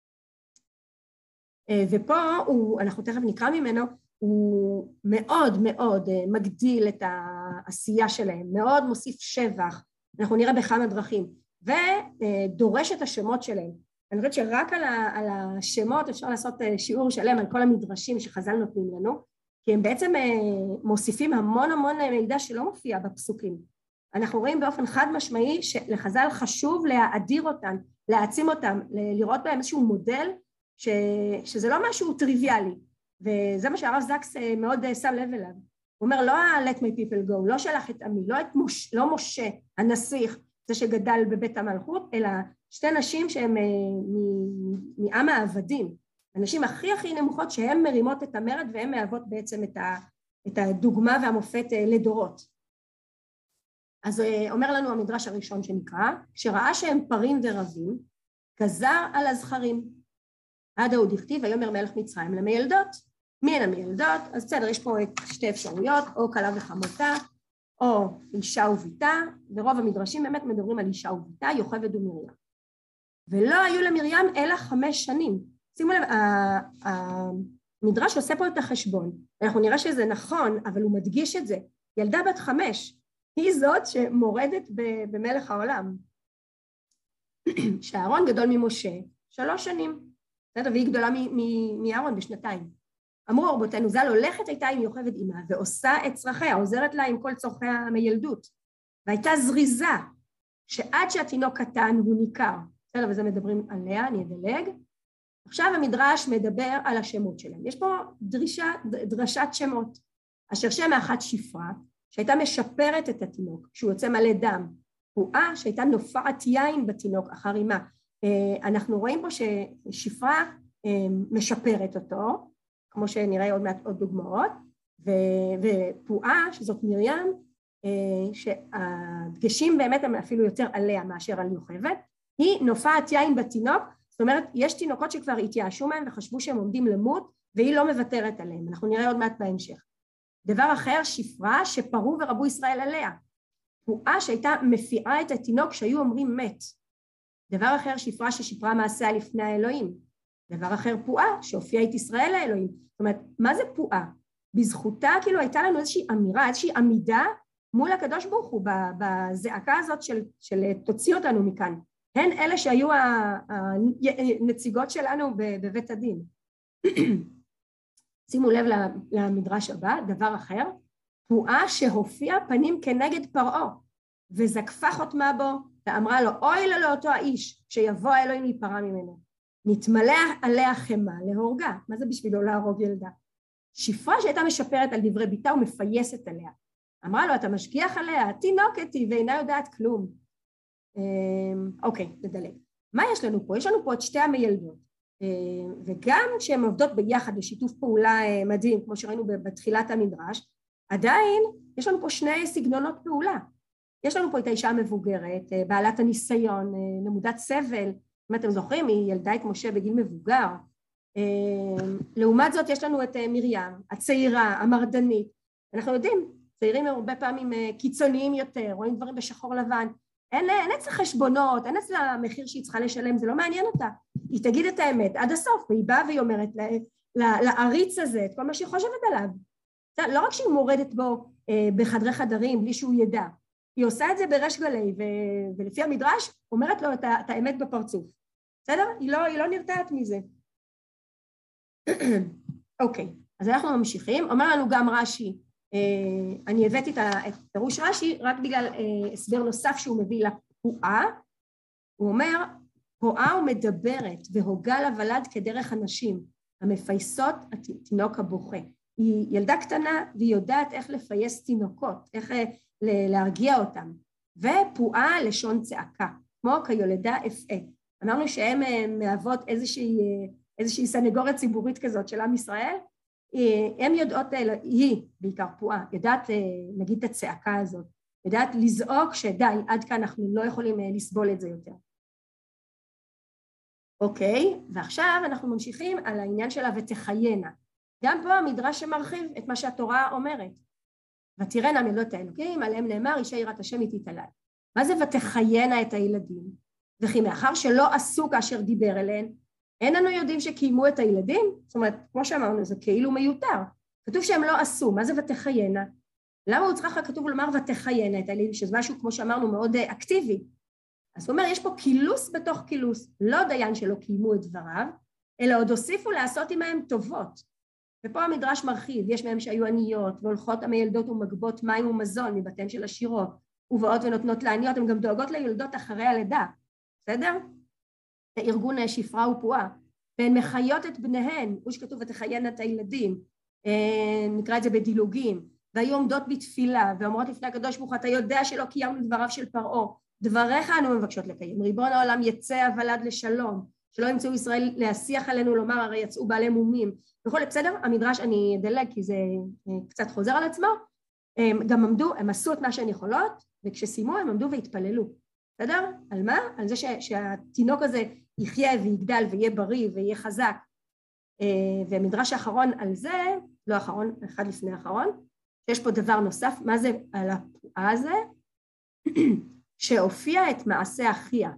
ופה אנחנו תכף נקרא ממנו, הוא מאוד מאוד מגדיל את העשייה שלהם, מאוד מוסיף שבח, אנחנו נראה בכמה דרכים, ודורש את השמות שלהם. אני חושבת שרק על השמות אפשר לעשות שיעור שלם על כל המדרשים שחז"ל נותנים לנו, כי הם בעצם מוסיפים המון מידע שלא מופיע בפסוקים. אנחנו רואים באופן חד משמעי שלחז"ל חשוב להאדיר אותם, להעצים אותם, לראות בהם איזשהו מודל שזה לא משהו טריוויאלי, וזה מה שהרב זקס מאוד שם לב אליו. הוא אומר, לא let my people go, לא שלח את עמי, לא משה הנסיך, זה שגדל בבית המלכות, אלא שתי נשים שהן מעם העבדים, הנשים הכי נמוכות שהן מרימות את המרד, והן מהוות בעצם את הדוגמה והמופת לדורות. אז אומר לנו המדרש הראשון שנקרא, כשראה שהם פרים ורבים, גזר על הזכרים. עד ההוא דכתיב, ויאמר מלך מצרים למיילדות. מי הן המיילדות? אז בסדר, יש פה שתי אפשרויות, או כלה וחמותה, או אישה וביתה, ורוב המדרשים באמת מדברים על אישה וביתה, יוכבד ומרים. ולא היו למרים אלא 5 שנים. שימו לב, המדרש עושה פה את החשבון, אנחנו נראה שזה נכון, אבל הוא מדגיש את זה. ילדה בת 5, היא זאת שמורדת במלך העולם. שאהרון גדול ממשה 3 שנים, והיא גדולה מאהרון ב2. אמרו רבותינו, ז"ל הולכת הייתה עם יוכבד אימה, ועושה את צרכיה, עוזרת לה עם כל צורכי המילדות, והייתה זריזה, שעד שהתינוק קטן הוא ניכר, וזה מדברים עליה, אני אדלג. עכשיו המדרש מדבר על השמות שלהם, יש פה דרשת שמות, אשר שם האחת שפרה, שהייתה משפרת את התינוק, כשהוא יוצא מלא דם, פועה שהייתה נופעת יין בתינוק אחר אימה. אנחנו רואים פה ששפרה משפרת אותו, כמו שנראה עוד מעט עוד דוגמאות, ופועה, שזאת מרים, שהדגשים באמת הם אפילו יותר עליה מאשר על יוכבד, היא נופעת יין בתינוק, זאת אומרת, יש תינוקות שכבר התייאשו מהם וחשבו שהם עומדים למות, והיא לא מוותרת עליהם, אנחנו נראה עוד מעט בהמשך. דבר אחר, שפרה שפרו ורבו ישראל עליה, פועה שהייתה מפיעה את התינוק שהיו אומרים מת. דבר אחר, שפרה ששיפרה מעשיה לפני האלוהים. דבר אחר, פועה שהופיעה את ישראל לאלוהים. זאת אומרת, מה זה פועה? בזכותה כאילו הייתה לנו איזושהי אמירה, איזושהי עמידה מול הקדוש ברוך הוא, בזעקה הזאת של תוציא אותנו מכאן. הן אלה שהיו הנציגות שלנו בבית הדין. שימו לב למדרש הבא, דבר אחר, פועה שהופיעה פנים כנגד פרעה, וזקפה חותמה בו, ואמרה לו, אוי לה לאותו האיש, שיבוא האלוהים להיפרע ממנו. נתמלא עליה חמה להורגה. מה זה בשבילו להרוג ילדה? שפרה שהייתה משפרת על דברי ביתה ומפייסת עליה. אמרה לו, אתה משגיח עליה, תינוקת היא ואינה יודעת כלום. אוקיי, נדלג. מה יש לנו פה? יש לנו פה את שתי המיילדות. וגם כשהן עובדות ביחד בשיתוף פעולה מדהים, כמו שראינו בתחילת המדרש, עדיין יש לנו פה 2 סגנונות פעולה. יש לנו פה את האישה המבוגרת, בעלת הניסיון, למודת סבל, אם אתם זוכרים, היא ילדה את משה בגיל מבוגר. לעומת זאת יש לנו את מרים, הצעירה, המרדנית. אנחנו יודעים, צעירים הם הרבה פעמים קיצוניים יותר, רואים דברים בשחור לבן. אין אצלה חשבונות, אין אצלה מחיר שהיא צריכה לשלם, זה לא מעניין אותה. היא תגיד את האמת עד הסוף, והיא באה והיא אומרת לעריץ הזה את כל מה שהיא חושבת עליו. לא רק שהיא מורדת בו בחדרי חדרים בלי שהוא ידע, היא עושה את זה בריש גלי, ולפי המדרש אומרת לו את האמת בפרצוף. בסדר? היא לא נרתעת מזה. אוקיי, אז אנחנו ממשיכים. אומר לנו גם רש"י, אני הבאתי את פירוש רש"י רק בגלל הסבר נוסף שהוא מביא לפועה. הוא אומר, פועה ומדברת והוגה לוולד כדרך הנשים, המפייסות התינוק הבוכה. היא ילדה קטנה והיא יודעת איך לפייס תינוקות, איך להרגיע אותם, ופועה לשון צעקה, כמו כיולדה אפעה. אמרנו שהן מהוות איזושהי סנגוריה ציבורית כזאת של עם ישראל, הן יודעות, היא בעיקר פועה, יודעת נגיד את הצעקה הזאת, יודעת לזעוק שדי, עד כאן אנחנו לא יכולים לסבול את זה יותר. אוקיי, ועכשיו אנחנו ממשיכים על העניין שלה ותחיינה. גם פה המדרש שמרחיב את מה שהתורה אומרת. ותראינה מילדות האלוקים, עליהם נאמר, אישה יראת השם היא תתעלה. מה זה ותחיינה את הילדים? וכי מאחר שלא עשו כאשר דיבר אליהן, אין לנו יודעים שקיימו את הילדים? זאת אומרת, כמו שאמרנו, זה כאילו מיותר. כתוב שהם לא עשו, מה זה ותחיינה? למה הוא צריך כתוב לומר ותחיינה את הילדים, שזה משהו, כמו שאמרנו, מאוד אקטיבי. אז הוא אומר, יש פה קילוס בתוך קילוס, לא דיין שלא קיימו את דבריו, אלא עוד הוסיפו לעשות עמהם טובות. ופה המדרש מרחיב, יש מהם שהיו עניות, והולכות המילדות ומגבות מים ומזון מבתיהם של עשירות, ובאות ונותנות לעניות, הן גם דואגות לילדות אחרי הלידה, בסדר? זה ארגון שפרה ופועה, והן מחיות את בניהן, הוא שכתוב ותחיינה את הילדים, נקרא את זה בדילוגים, והיו עומדות בתפילה, ואומרות לפני הקדוש ברוך הוא, אתה יודע שלא קיימנו דבריו של פרעה, דבריך אנו מבקשות לקיים, ריבון העולם יצא הוולד לשלום, שלא ימצאו ישראל להשיח עלינו לומר, הרי יצאו בעלי מומים, וכל בסדר, המדרש אני אדלג כי זה קצת חוזר על עצמו, גם עמדו, הם עשו את מה שהן יכולות, וכשסיימו הם עמדו והתפללו, בסדר? על מה? על זה שהתינוק הזה יחיה ויגדל ויהיה בריא ויהיה חזק, והמדרש האחרון על זה, לא אחרון, אחד לפני האחרון, יש פה דבר נוסף, מה זה על הפועה הזה? שהופיע את מעשה אחיה.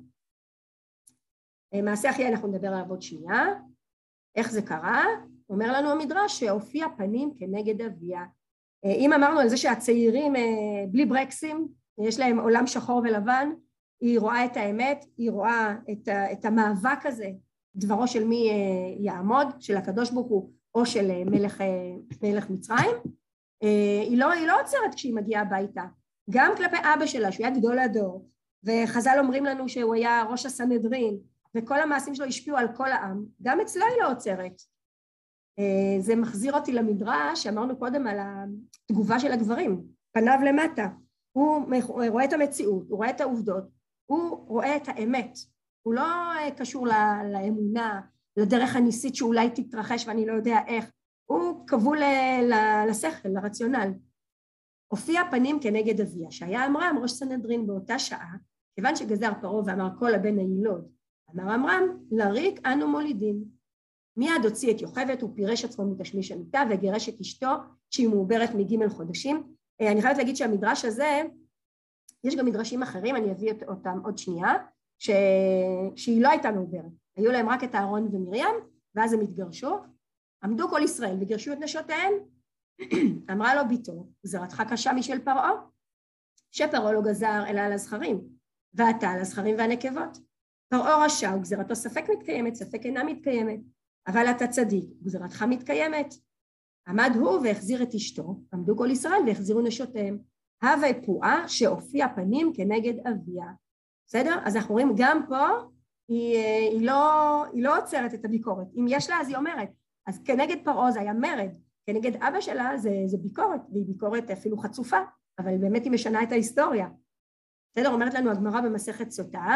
מעשה אחיה אנחנו נדבר עליו עוד שנייה, איך זה קרה? אומר לנו המדרש שהופיע פנים כנגד אביה. אם אמרנו על זה שהצעירים בלי ברקסים, יש להם עולם שחור ולבן, היא רואה את האמת, היא רואה את המאבק הזה, דברו של מי יעמוד, של הקדוש ברוך הוא, או של מלך מצרים, היא לא עוצרת כשהיא מגיעה הביתה, גם כלפי אבא שלה, שהוא היה גדול הדור, וחז"ל אומרים לנו שהוא היה ראש הסנהדרין, וכל המעשים שלו השפיעו על כל העם, גם אצלו היא לא עוצרת. זה מחזיר אותי למדרש, שאמרנו קודם על התגובה של הגברים, פניו למטה, הוא רואה את המציאות, הוא רואה את העובדות, הוא רואה את האמת, הוא לא קשור לאמונה, לדרך הניסית שאולי תתרחש ואני לא יודע איך, הוא כבול לשכל, לרציונל. הופיע פנים כנגד אביה, שהיה אמרם ראש סנהדרין באותה שעה, כיוון שגזר פרעה ואמר כל הבן הילוד, אמר אמרם, לריק אנו מולידים. מיד הוציא את יוכבד, הוא פירש עצמו מתשמיש המיטה וגירש את אשתו שהיא מעוברת מג' חודשים. אני חייבת להגיד שהמדרש הזה, יש גם מדרשים אחרים, אני אביא אותם עוד שנייה, שהיא לא הייתה מעוברת. היו להם רק את אהרון ומרים, ואז הם התגרשו, עמדו כל ישראל וגירשו את נשותיהם, אמרה לו ביתו, גזרתך קשה משל פרעה, שפרעה לא גזר אלא על הזכרים, ואתה על הזכרים והנקבות. פרעה רשע וגזרתו ספק מתקיימת, ספק אינה מתקיימת, אבל אתה צדיק, גזרתך מתקיימת. עמד הוא והחזיר את אשתו, עמדו כל ישראל והחזירו נשותיהם, הווה פועה שהופיע פנים כנגד אביה. בסדר? אז אנחנו רואים גם פה, היא לא עוצרת את הביקורת, אם יש לה אז היא אומרת, אז כנגד פרעה זה היה מרד, כנגד אבא שלה זה ביקורת, והיא ביקורת אפילו חצופה, אבל באמת היא משנה את ההיסטוריה. בסדר? אומרת לנו הגמרא במסכת סוטה,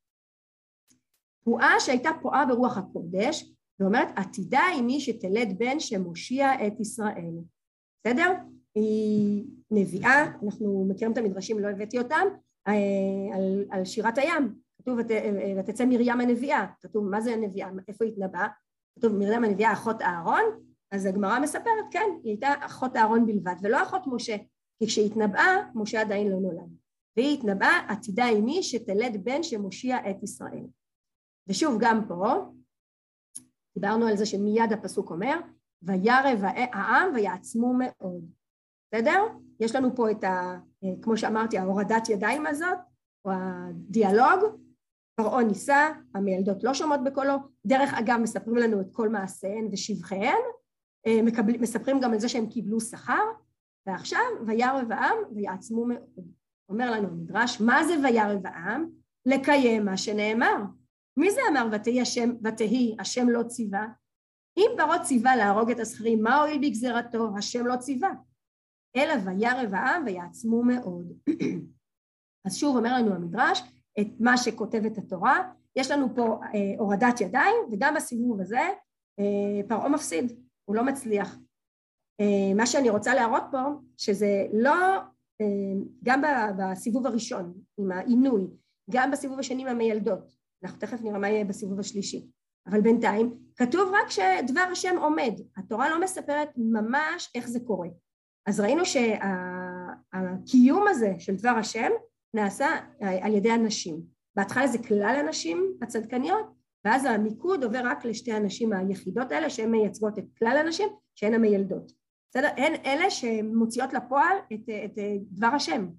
פועה שהייתה פועה ברוח הקודש, ואומרת עתידה היא מי שתלד בן שמושיע את ישראל. בסדר? היא נביאה, אנחנו מכירים את המדרשים, לא הבאתי אותם, על שירת הים, כתוב ותצא מרים הנביאה, כתוב מה זה הנביאה, איפה היא התנבאה, כתוב מרים הנביאה אחות אהרון, אז הגמרא מספרת, כן, היא הייתה אחות אהרון בלבד, ולא אחות משה, כי כשהיא התנבאה, משה עדיין לא נולד, והיא התנבאה עתידה היא מי שתלד בן שמושיע את ישראל. ושוב גם פה, דיברנו על זה שמיד הפסוק אומר, וירא העם ויעצמו מאוד. בסדר? יש לנו פה את כמו שאמרתי, ההורדת ידיים הזאת, או הדיאלוג, פרעה ניסה, המילדות לא שומעות בקולו, דרך אגב מספרים לנו את כל מעשיהן ושבחיהן, מספרים גם על זה שהם קיבלו שכר, ועכשיו וירא העם ויעצמו מאוד. אומר לנו המדרש, מה זה וירא העם? לקיים מה שנאמר. מי זה אמר ותהי השם לא ציווה? אם פרעה ציווה להרוג את הזכרים, מה הועיל בגזרתו? השם לא ציווה. אלא וירא העם ויעצמו מאוד. אז שוב אומר לנו המדרש את מה שכותבת התורה, יש לנו פה הורדת ידיים, וגם בסיבוב הזה פרעה מפסיד, הוא לא מצליח. מה שאני רוצה להראות פה, שזה לא, גם בסיבוב הראשון עם העינוי, גם בסיבוב השני עם המיילדות, אנחנו תכף נראה מה יהיה בסיבוב השלישי, אבל בינתיים כתוב רק שדבר השם עומד, התורה לא מספרת ממש איך זה קורה. אז ראינו שהקיום הזה של דבר השם נעשה על ידי אנשים. בהתחלה זה כלל הנשים הצדקניות, ואז המיקוד עובר רק לשתי הנשים היחידות האלה, שהן מייצגות את כלל הנשים, שהן המיילדות. בסדר? הן אלה שמוציאות לפועל את דבר השם.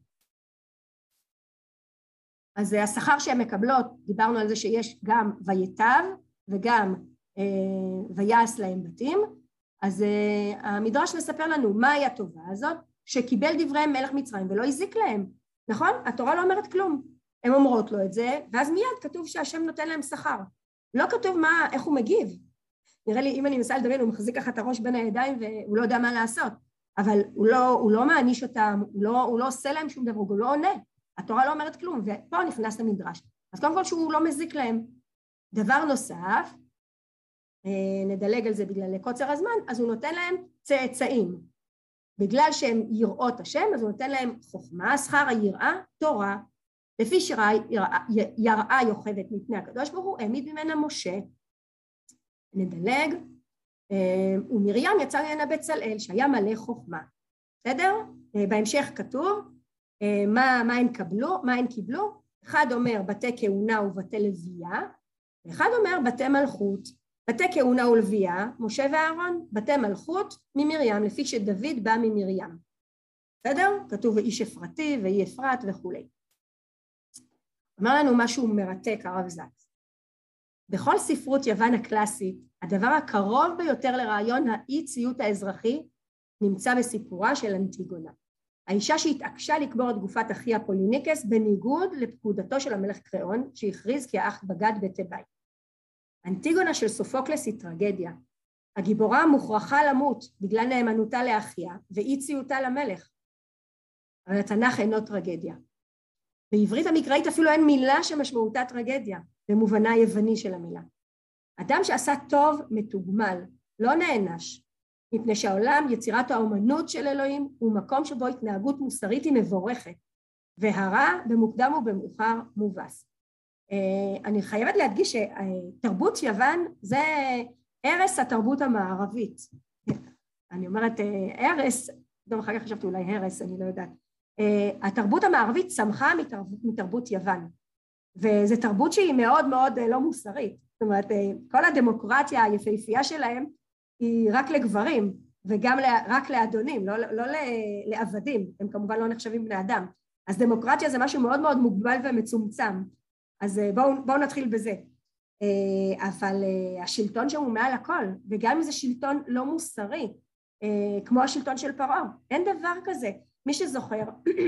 אז השכר שהן מקבלות, דיברנו על זה שיש גם ויטב, וגם ויעש להם בתים, אז המדרש מספר לנו מהי הטובה הזאת, שקיבל דבריהם מלך מצרים ולא הזיק להם, נכון? התורה לא אומרת כלום, הן אומרות לו את זה, ואז מיד כתוב שהשם נותן להם שכר, לא כתוב איך הוא מגיב, נראה לי אם אני מנסה לדמיין, הוא מחזיק ככה את הראש בין הידיים והוא לא יודע מה לעשות, אבל הוא לא מעניש אותם, הוא לא עושה להם שום דבר, הוא לא עונה, התורה לא אומרת כלום, ופה נכנס למדרש, אז קודם כל שהוא לא מזיק להם. דבר נוסף, נדלג על זה בגלל קוצר הזמן, אז הוא נותן להם צאצאים. בגלל שהם יראות השם, אז הוא נותן להם חוכמה, שכר היראה, תורה, לפי שיראה יוכבת מפני הקדוש ברוך הוא, העמיד ממנה משה. נדלג, ומרים יצא ממנה בצלאל, שהיה מלא חוכמה. בסדר? בהמשך כתוב, מה הן קיבלו? אחד אומר בתי כהונה ובתי לוויה, ואחד אומר בתי מלכות. בתי כהונה ולוויה, משה ואהרון, בתי מלכות ממרים, לפי שדוד בא ממרים. בסדר? כתוב ואיש אפרתי ואי אפרת וכו'. אומר לנו משהו מרתק הרב זקס. בכל ספרות יוון הקלאסית, הדבר הקרוב ביותר לרעיון האי ציות האזרחי נמצא בסיפורה של אנטיגונה. האישה שהתעקשה לקבור את גופת אחיה פוליניקס בניגוד לפקודתו של המלך קריאון, שהכריז כי האח בגד בתיבאי. אנטיגונה של סופוקלס היא טרגדיה. הגיבורה מוכרחה למות בגלל נאמנותה לאחיה ואי ציותה למלך. אבל התנ"ך אינו טרגדיה. בעברית המקראית אפילו אין מילה שמשמעותה טרגדיה, במובנה היווני של המילה. אדם שעשה טוב מתוגמל, לא נענש, מפני שהעולם, יצירת האומנות של אלוהים, הוא מקום שבו התנהגות מוסרית היא מבורכת, והרע במוקדם ובמאוחר מובס. אני חייבת להדגיש שתרבות יוון זה ערש התרבות המערבית. אני אומרת ערש, גם אחר כך חשבתי אולי הרס, אני לא יודעת. התרבות המערבית צמחה מתרבות יוון, וזו תרבות שהיא מאוד מאוד לא מוסרית. זאת אומרת, כל הדמוקרטיה היפהפייה שלהם היא רק לגברים, וגם רק לאדונים, לא לעבדים, הם כמובן לא נחשבים בני אדם. אז דמוקרטיה זה משהו מאוד מאוד מוגבל ומצומצם. אז בואו נתחיל בזה. אבל השלטון שם הוא מעל הכל, וגם אם זה שלטון לא מוסרי, כמו השלטון של פרעה, אין דבר כזה. מי שזוכר,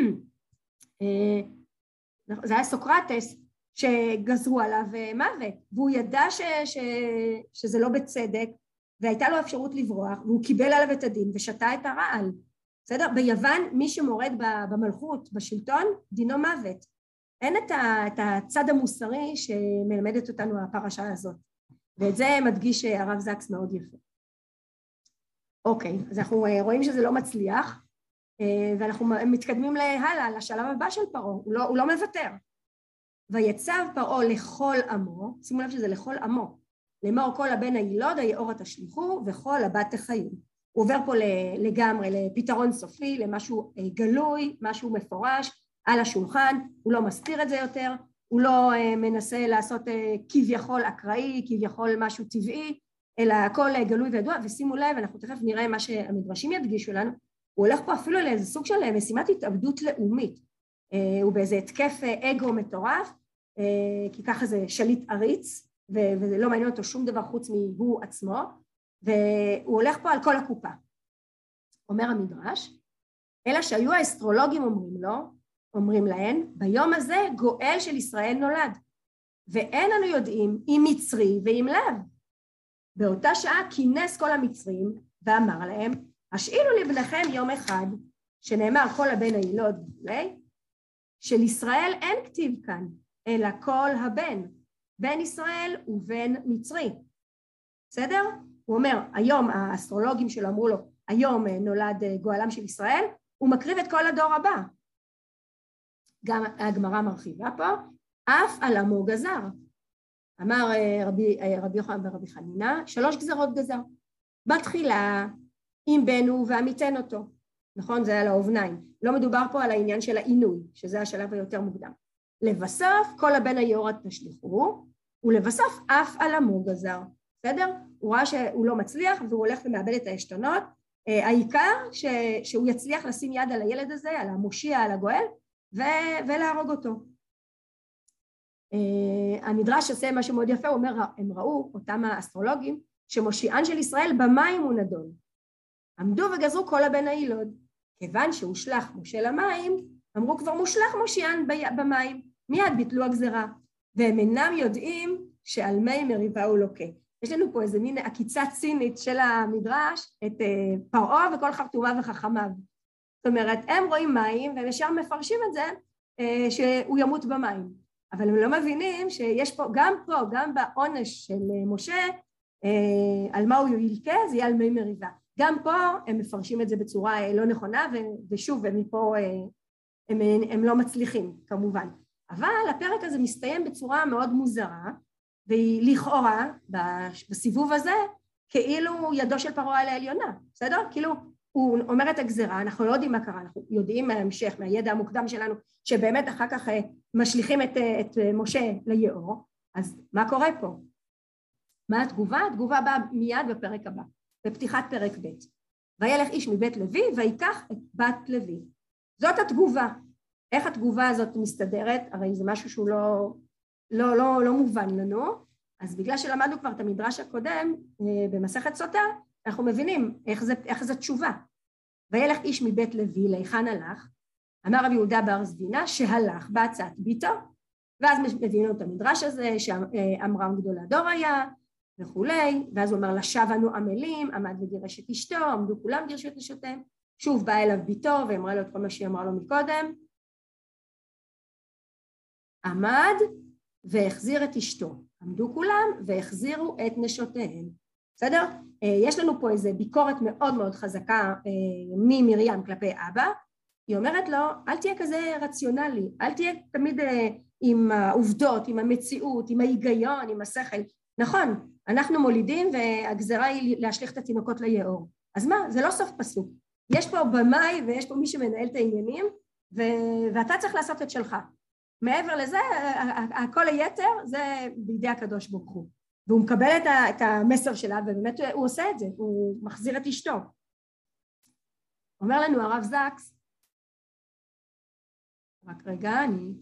זה היה סוקרטס שגזרו עליו מוות, והוא ידע שזה לא בצדק, והייתה לו אפשרות לברוח, והוא קיבל עליו את הדין ושתה את הרעל. בסדר? ביוון מי שמורד במלכות, בשלטון, דינו מוות. אין את הצד המוסרי שמלמדת אותנו הפרשה הזאת. ואת זה מדגיש הרב זקס מאוד יפה. אוקיי, אז אנחנו רואים שזה לא מצליח, ואנחנו מתקדמים הלאה, לשלב הבא של פרעה, הוא לא מוותר. ויצב פרעה לכל עמו, שימו לב שזה לכל עמו, לאמור כל הבן הילוד היאורה תשליכו וכל הבת תחיו. הוא עובר פה לגמרי לפתרון סופי, למשהו גלוי, משהו מפורש, על השולחן, הוא לא מסתיר את זה יותר, הוא לא מנסה לעשות כביכול אקראי, כביכול משהו טבעי, אלא הכל גלוי וידוע, ושימו לב, אנחנו תכף נראה מה שהמדרשים ידגישו לנו, הוא הולך פה אפילו לאיזה סוג של משימת התאבדות לאומית, הוא באיזה התקף אגו מטורף, כי ככה זה שליט עריץ, וזה לא מעניין אותו שום דבר חוץ מהוא עצמו, והוא הולך פה על כל הקופה. אומר המדרש, אלא שהיו האסטרולוגים אומרים להן, ביום הזה גואל של ישראל נולד, ואין אנו יודעים אם מצרי ואם לאו. באותה שעה כינס כל המצרים ואמר להם, השאילו לבניכם יום אחד, שנאמר כל הבן הילוד, של ישראל אין כתיב כאן, אלא כל הבן, בן ישראל ובן מצרי. בסדר? הוא אומר, היום האסטרולוגים שלו אמרו לו, היום נולד גואלם של ישראל, הוא מקריב את כל הדור הבא. גם הגמרא מרחיבה פה, אף על עמו גזר. אמר רבי יוחנן ורבי חנינא, 3 גזרות גזר. בתחילה, עם בנו ועמיתן אותו. נכון? זה היה לאובניים. לא מדובר פה על העניין של העינוי, שזה השלב היותר מוקדם. לבסוף, כל הבן היורד תשליחו, ולבסוף אף על עמו גזר. בסדר? הוא ראה שהוא לא מצליח, והוא הולך ומאבד את העשתונות. העיקר שהוא יצליח לשים יד על הילד הזה, על המושיע, על הגואל, ולהרוג אותו. המדרש עושה משהו מאוד יפה, הוא אומר, הם ראו, אותם האסטרולוגים, שמושיען של ישראל במים הוא נדון. עמדו וגזרו כל הבן הילוד. כיוון שהושלך משה למים, אמרו כבר מושלך מושיען במים. מיד ביטלו הגזרה. והם אינם יודעים שעל מי מריבה הוא לוקה. יש לנו פה איזה מין עקיצה צינית של המדרש, את פרעה וכל חרטומיו וחכמיו. זאת אומרת, הם רואים מים והם ישר מפרשים את זה שהוא ימות במים. אבל הם לא מבינים שיש פה, גם בעונש של משה, על מה הוא ילקה, זה יהיה על מי מריבה. גם פה הם מפרשים את זה בצורה לא נכונה, ושוב, ומפה הם לא מצליחים, כמובן. אבל הפרק הזה מסתיים בצורה מאוד מוזרה, והיא לכאורה, בסיבוב הזה, כאילו ידו של פרעה על העליונה, בסדר? כאילו, הוא אומר את הגזרה, אנחנו לא יודעים מה קרה, אנחנו יודעים מההמשך, מהידע המוקדם שלנו, שבאמת אחר כך משליכים את משה ליאור, אז מה קורה פה? מה התגובה? התגובה באה מיד בפרק הבא, בפתיחת פרק ב'. וילך איש מבית לוי, ויקח את בת לוי. זאת התגובה. איך התגובה הזאת מסתדרת? הרי זה משהו שהוא לא מובן לנו, אז בגלל שלמדנו כבר את המדרש הקודם, במסכת סוטה, אנחנו מבינים איך זה תשובה. וילך איש מבית לוי, להיכן הלך? אמר רבי יהודה בר זבינה, שהלך בעצת ביתו. ואז מבינים את המדרש הזה, שאמרם גדול הדור היה, וכולי, ואז הוא אומר, לשבנו עמלים, עמד וגירש את אשתו, עמדו כולם גירשו את נשותיהם, שוב בא אליו ביתו, ואמרה לו את כל מה שהיא אמרה לו מקודם, עמד והחזיר את אשתו, עמדו כולם והחזירו את נשותיהם, בסדר? יש לנו פה איזו ביקורת מאוד מאוד חזקה ממרים כלפי אבא, היא אומרת לו, אל תהיה כזה רציונלי, אל תהיה תמיד עם העובדות, עם המציאות, עם ההיגיון, עם השכל, נכון, אנחנו מולידים והגזרה היא להשליך את התינוקות ליאור, אז מה? זה לא סוף פסוק, יש פה במאי ויש פה מי שמנהל את העניינים, ואתה צריך לעשות את שלך, מעבר לזה, הכל היתר זה בידי הקדוש ברוך הוא, והוא מקבל את המסר שלה, ובאמת הוא עושה את זה, הוא מחזיר את אשתו. אומר לנו הרב זקס, רק רגע,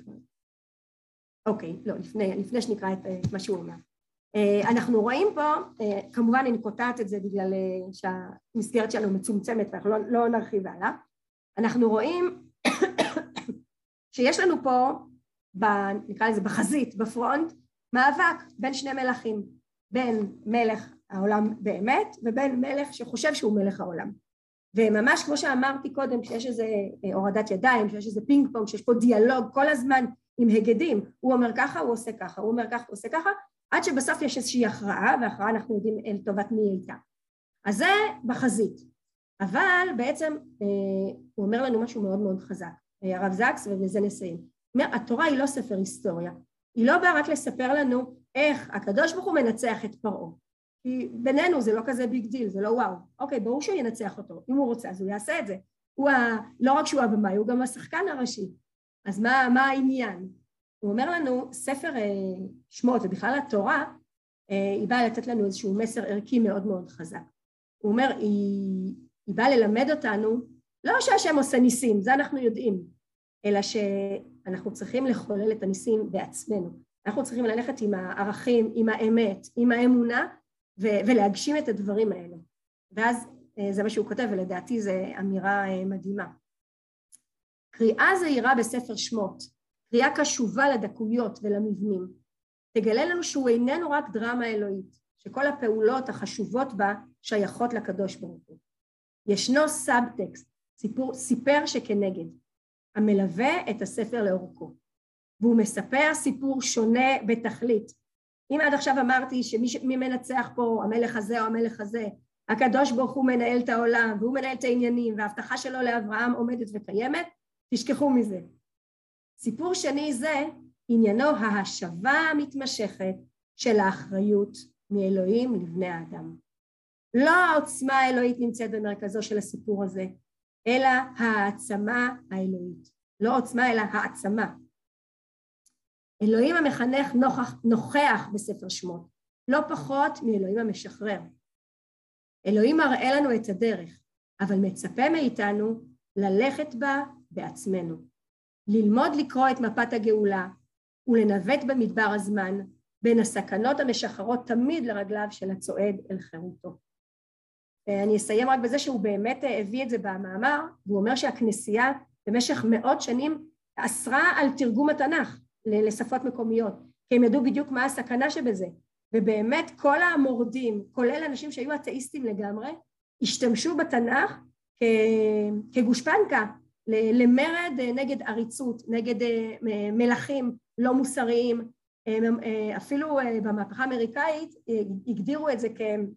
אוקיי, לא, לפני שנקרא את מה שהוא אומר. אנחנו רואים פה, כמובן אני קוטעת את זה בגלל שהמסגרת שלנו מצומצמת, ואנחנו לא נרחיב עליה, אנחנו רואים שיש לנו פה, נקרא לזה בחזית, בפרונט, מאבק בין שני מלכים, בין מלך העולם באמת, ובין מלך שחושב שהוא מלך העולם. וממש כמו שאמרתי קודם, שיש איזה הורדת ידיים, שיש איזה פינג פונג, שיש פה דיאלוג כל הזמן עם הגדים, הוא אומר ככה, הוא עושה ככה, הוא אומר ככה, הוא עושה ככה, עד שבסוף יש איזושהי הכרעה, והכרעה אנחנו יודעים אל טובת מי הייתה. אז זה בחזית. אבל בעצם הוא אומר לנו משהו מאוד מאוד חזק, הרב זקס, ובזה נסיים. התורה היא לא ספר היסטוריה, היא לא באה רק לספר לנו איך הקדוש ברוך הוא מנצח את פרעה, כי בינינו זה לא כזה ביג דיל, זה לא וואו, אוקיי, ברור שהוא ינצח אותו, אם הוא רוצה אז הוא יעשה את זה, לא רק שהוא הבמאי, הוא גם השחקן הראשי, אז מה העניין? הוא אומר לנו, ספר שמות ובכלל התורה, היא באה לתת לנו איזשהו מסר ערכי מאוד מאוד חזק, הוא אומר, היא באה ללמד אותנו, לא שהשם עושה ניסים, זה אנחנו יודעים, אלא שאנחנו צריכים לחולל את הניסים בעצמנו. אנחנו צריכים ללכת עם הערכים, עם האמת, עם האמונה, ולהגשים את הדברים האלה. ואז זה מה שהוא כותב, ולדעתי זו אמירה מדהימה. קריאה זהירה בספר שמות, קריאה קשובה לדקויות ולמבנים, תגלה לנו שהוא איננו רק דרמה אלוהית, שכל הפעולות החשובות בה שייכות לקדוש ברוך הוא. ישנו סאבטקסט, סיפר שכנגד, המלווה את הספר לאורכו, והוא מספר סיפור שונה בתכלית. אם עד עכשיו אמרתי שמי מנצח פה, המלך הזה או המלך הזה, הקדוש ברוך הוא מנהל את העולם, והוא מנהל את העניינים, וההבטחה שלו לאברהם עומדת וקיימת, תשכחו מזה. סיפור שני זה, עניינו ההשבה המתמשכת של האחריות מאלוהים לבני האדם. לא העוצמה האלוהית נמצאת במרכזו של הסיפור הזה, אלא העצמה האלוהית. לא עוצמה אלא העצמה. אלוהים המחנך נוכח בספר שמות, לא פחות מאלוהים המשחרר. אלוהים מראה לנו את הדרך, אבל מצפה מאיתנו ללכת בה בעצמנו. ללמוד לקרוא את מפת הגאולה ולנווט במדבר הזמן בין הסכנות המשחררות תמיד לרגליו של הצועד אל חירותו. אני אסיים רק בזה שהוא באמת הביא את זה במאמר, והוא אומר שהכנסייה במשך מאות שנים אסרה על תרגום התנ"ך לשפות מקומיות, כי הם ידעו בדיוק מה הסכנה שבזה, ובאמת כל המורדים, כולל אנשים שהיו אתאיסטים לגמרי, השתמשו בתנ"ך כגושפנקה למרד נגד עריצות, נגד מלכים לא מוסריים, אפילו במהפכה האמריקאית הגדירו את זה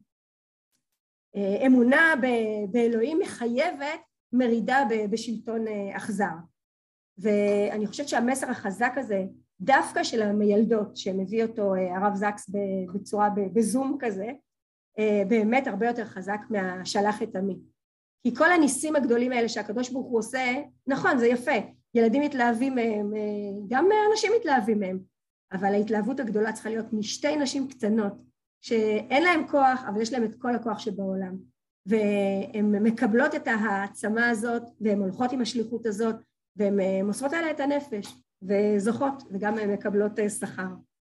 כאמונה באלוהים מחייבת מרידה בשלטון אכזר. ואני חושבת שהמסר החזק הזה, דווקא של המילדות שמביא אותו הרב זקס בצורה בזום כזה, באמת הרבה יותר חזק מהשלח את עמי. כי כל הניסים הגדולים האלה שהקדוש ברוך הוא עושה, נכון, זה יפה, ילדים מתלהבים מהם, גם אנשים מתלהבים מהם, אבל ההתלהבות הגדולה צריכה להיות משתי נשים קטנות, שאין להם כוח, אבל יש להם את כל הכוח שבעולם, והן מקבלות את העצמה הזאת, והן הולכות עם השליחות הזאת, והן מוסרות עליה את הנפש, וזוכות, וגם הן מקבלות שכר.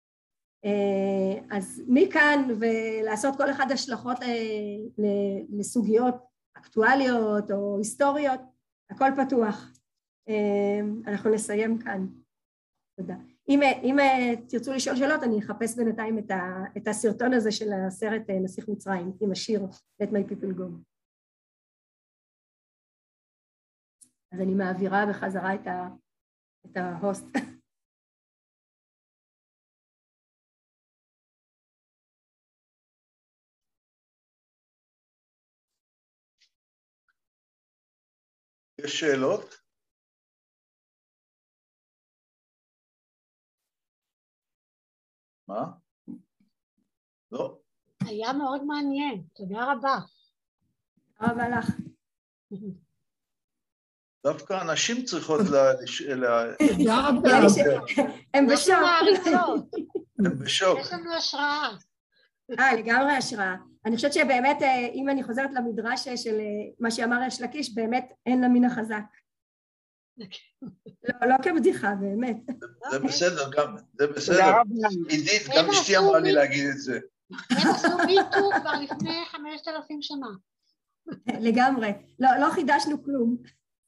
אז מכאן, ולעשות כל אחד השלכות לסוגיות אקטואליות או היסטוריות, הכל פתוח. אנחנו נסיים כאן. תודה. אם תרצו לשאול שאלות, אני אחפש בינתיים את הסרטון הזה של הסרט נסיך מצרים, עם השיר Let My People Go. אז אני מעבירה בחזרה את ההוסט. יש שאלות? מה? לא. היה מאוד מעניין, תודה רבה. תודה רבה לך. דווקא הנשים צריכות תודה רבה. הם בשוק. הם בשוק. יש לנו השראה. לגמרי השראה. אני חושבת שבאמת, אם אני חוזרת למדרש של מה שאמר ריש לקיש, באמת אין לה מן החזק. לא כבדיחה, באמת. זה בסדר, גם, זה בסדר. עידית, גם אשתי אמרה לי להגיד את זה. הם עשו מיטו כבר לפני 5,000 שנה. לגמרי. לא חידשנו כלום.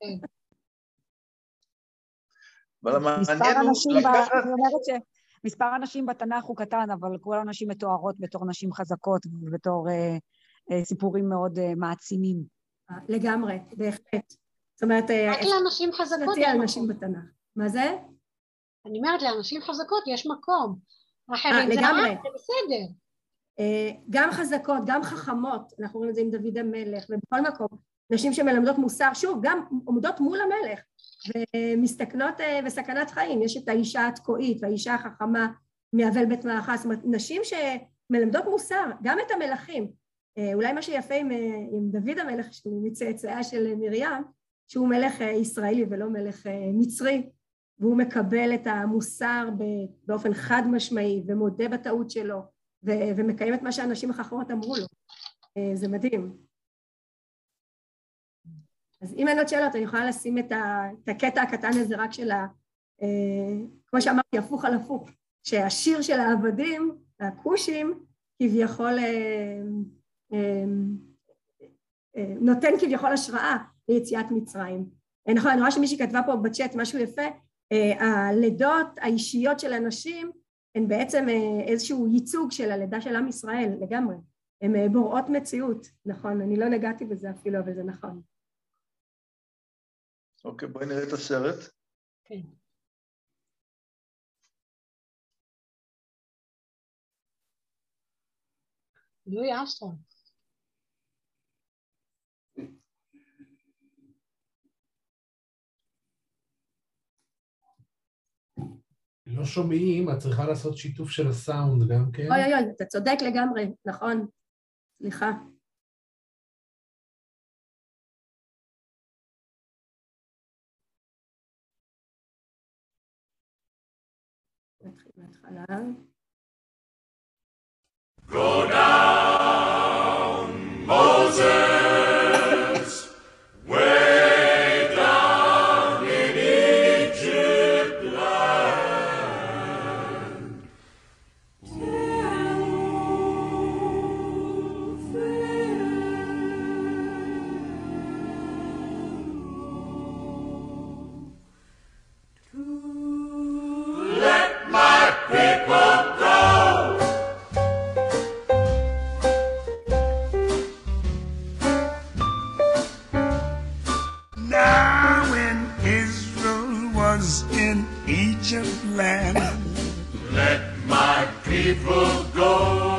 אבל המעניין הוא לקחת... אני אומרת שמספר הנשים בתנ"ך הוא קטן, אבל כל הנשים מתוארות בתור נשים חזקות, ובתור סיפורים מאוד מעצימים. לגמרי, בהחלט. זאת אומרת... רק לאנשים חזקות יש מקום. נשים בתנ"ך. מה זה? אני אומרת, לאנשים חזקות יש מקום. אחרים זה בסדר. גם חזקות, גם חכמות, אנחנו רואים את זה עם דוד המלך, ובכל מקום, נשים שמלמדות מוסר, שוב, גם עומדות מול המלך, ומסתכנות בסכנת חיים. יש את האישה התקועית, והאישה החכמה מאבל בית מלאכה, זאת אומרת, נשים שמלמדות מוסר, גם את המלכים. אולי מה שיפה עם דוד המלך, שהוא מצאצאיה של מרים, שהוא מלך ישראלי ולא מלך מצרי, והוא מקבל את המוסר באופן חד משמעי, ומודה בטעות שלו, ומקיים את מה שאנשים החכמות אמרו לו. זה מדהים. אז אם אין עוד שאלות, אני יכולה לשים את הקטע הקטן הזה רק של כמו שאמרתי, הפוך על הפוך, שהשיר של העבדים, הכושים, כביכול נותן כביכול השראה ליציאת מצרים. נכון, אני רואה שמישהי כתבה פה בצ'אט משהו יפה, הלידות האישיות של אנשים הן בעצם איזשהו ייצוג של הלידה של עם ישראל, לגמרי. הן בוראות מציאות, נכון, אני לא נגעתי בזה אפילו, אבל זה נכון. אוקיי, בואי נראה את הסרט. כן. לואי ארמסטרונג. לא שומעים, את צריכה לעשות שיתוף של הסאונד גם כן. אוי אוי אוי, אתה צודק לגמרי, נכון. סליחה. נתחיל מההתחלה. Go down, Moses, way down in Egypt land. Tell Pharaoh to let my people go. In Egypt land, let my people go.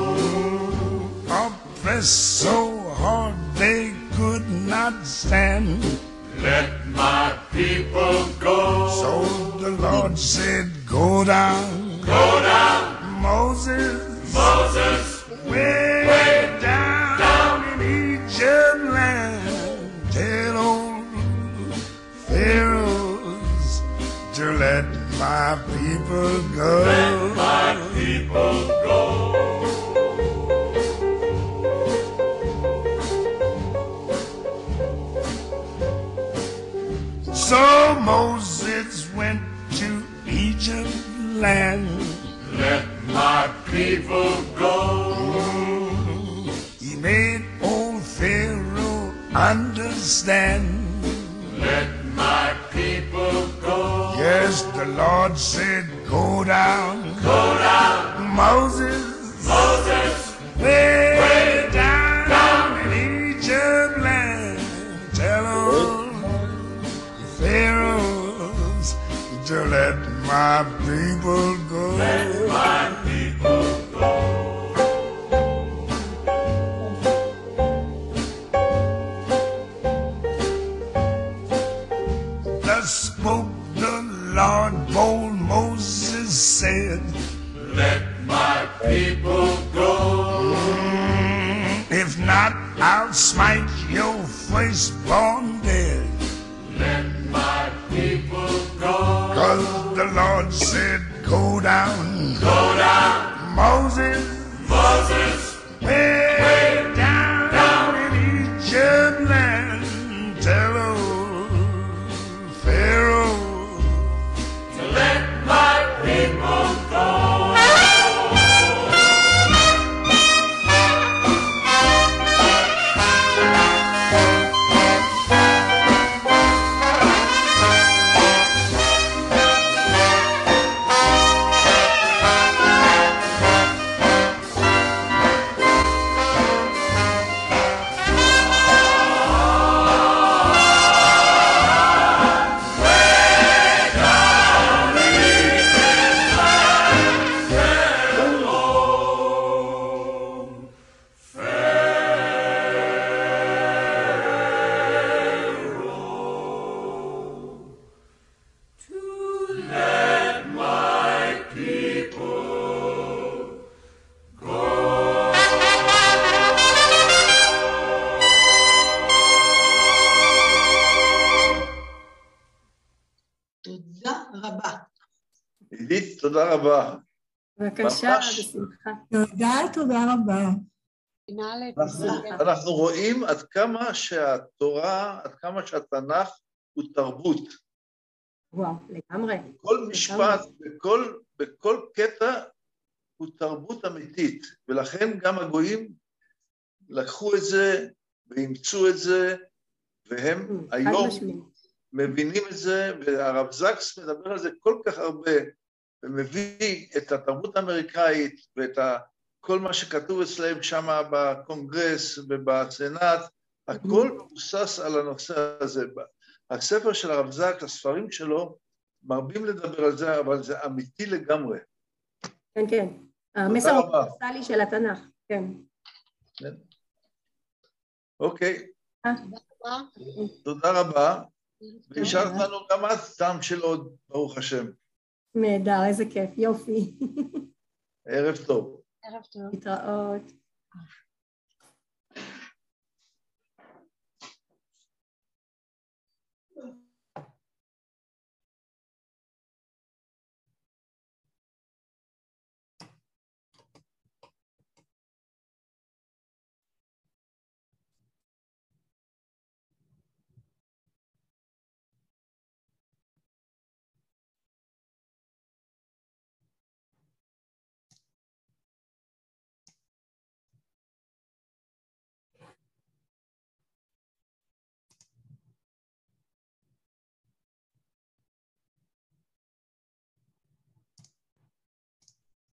Oppressed so hard they could not stand. Let my people go. So the Lord said, go down, Go down, Moses, Moses, way down in Egypt land. Tell old Pharaoh to let my people go. let my people go. So Moses went to Egypt land. Let my people go. He made old Pharaoh understand. Let my people go. Yes, the Lord said, go down, Go down, Moses, Moses, way down in Egypt land. Tell old Pharaohs to let my people go. let my people go. Thus spoke the Lord, bold Moses said, Let my people go. if not, I'll smite your firstborn dead. Let my people go. 'Cause the Lord said, go down, Go down, Moses, Moses, way down in Egypt land. Tell old Pharaoh to let my people go. עידית, תודה רבה. בבקשה, ממש. בשמחה. תודה רבה. אנחנו רואים עד כמה שהתורה, עד כמה שהתנ"ך הוא תרבות. וואו, לגמרי. כל משפט, בכל קטע הוא תרבות אמיתית, ולכן גם הגויים לקחו את זה ואימצו את זה, והם היום מבינים את זה, והרב זקס מדבר על זה כל כך הרבה, ומביא את התרבות האמריקאית ואת כל מה שכתוב אצלם שם בקונגרס ובסנאט, הכל מבוסס על הנושא הזה. הספר של הרב זקס, הספרים שלו, מרבים לדבר על זה, אבל זה אמיתי לגמרי. כן, כן. המסר האוניברסלי של התנ"ך, כן. אוקיי. תודה רבה. והשארת לנו גם את טעם של עוד, ברוך השם. נהדר, איזה כיף, יופי. ערב טוב. ערב טוב. להתראות.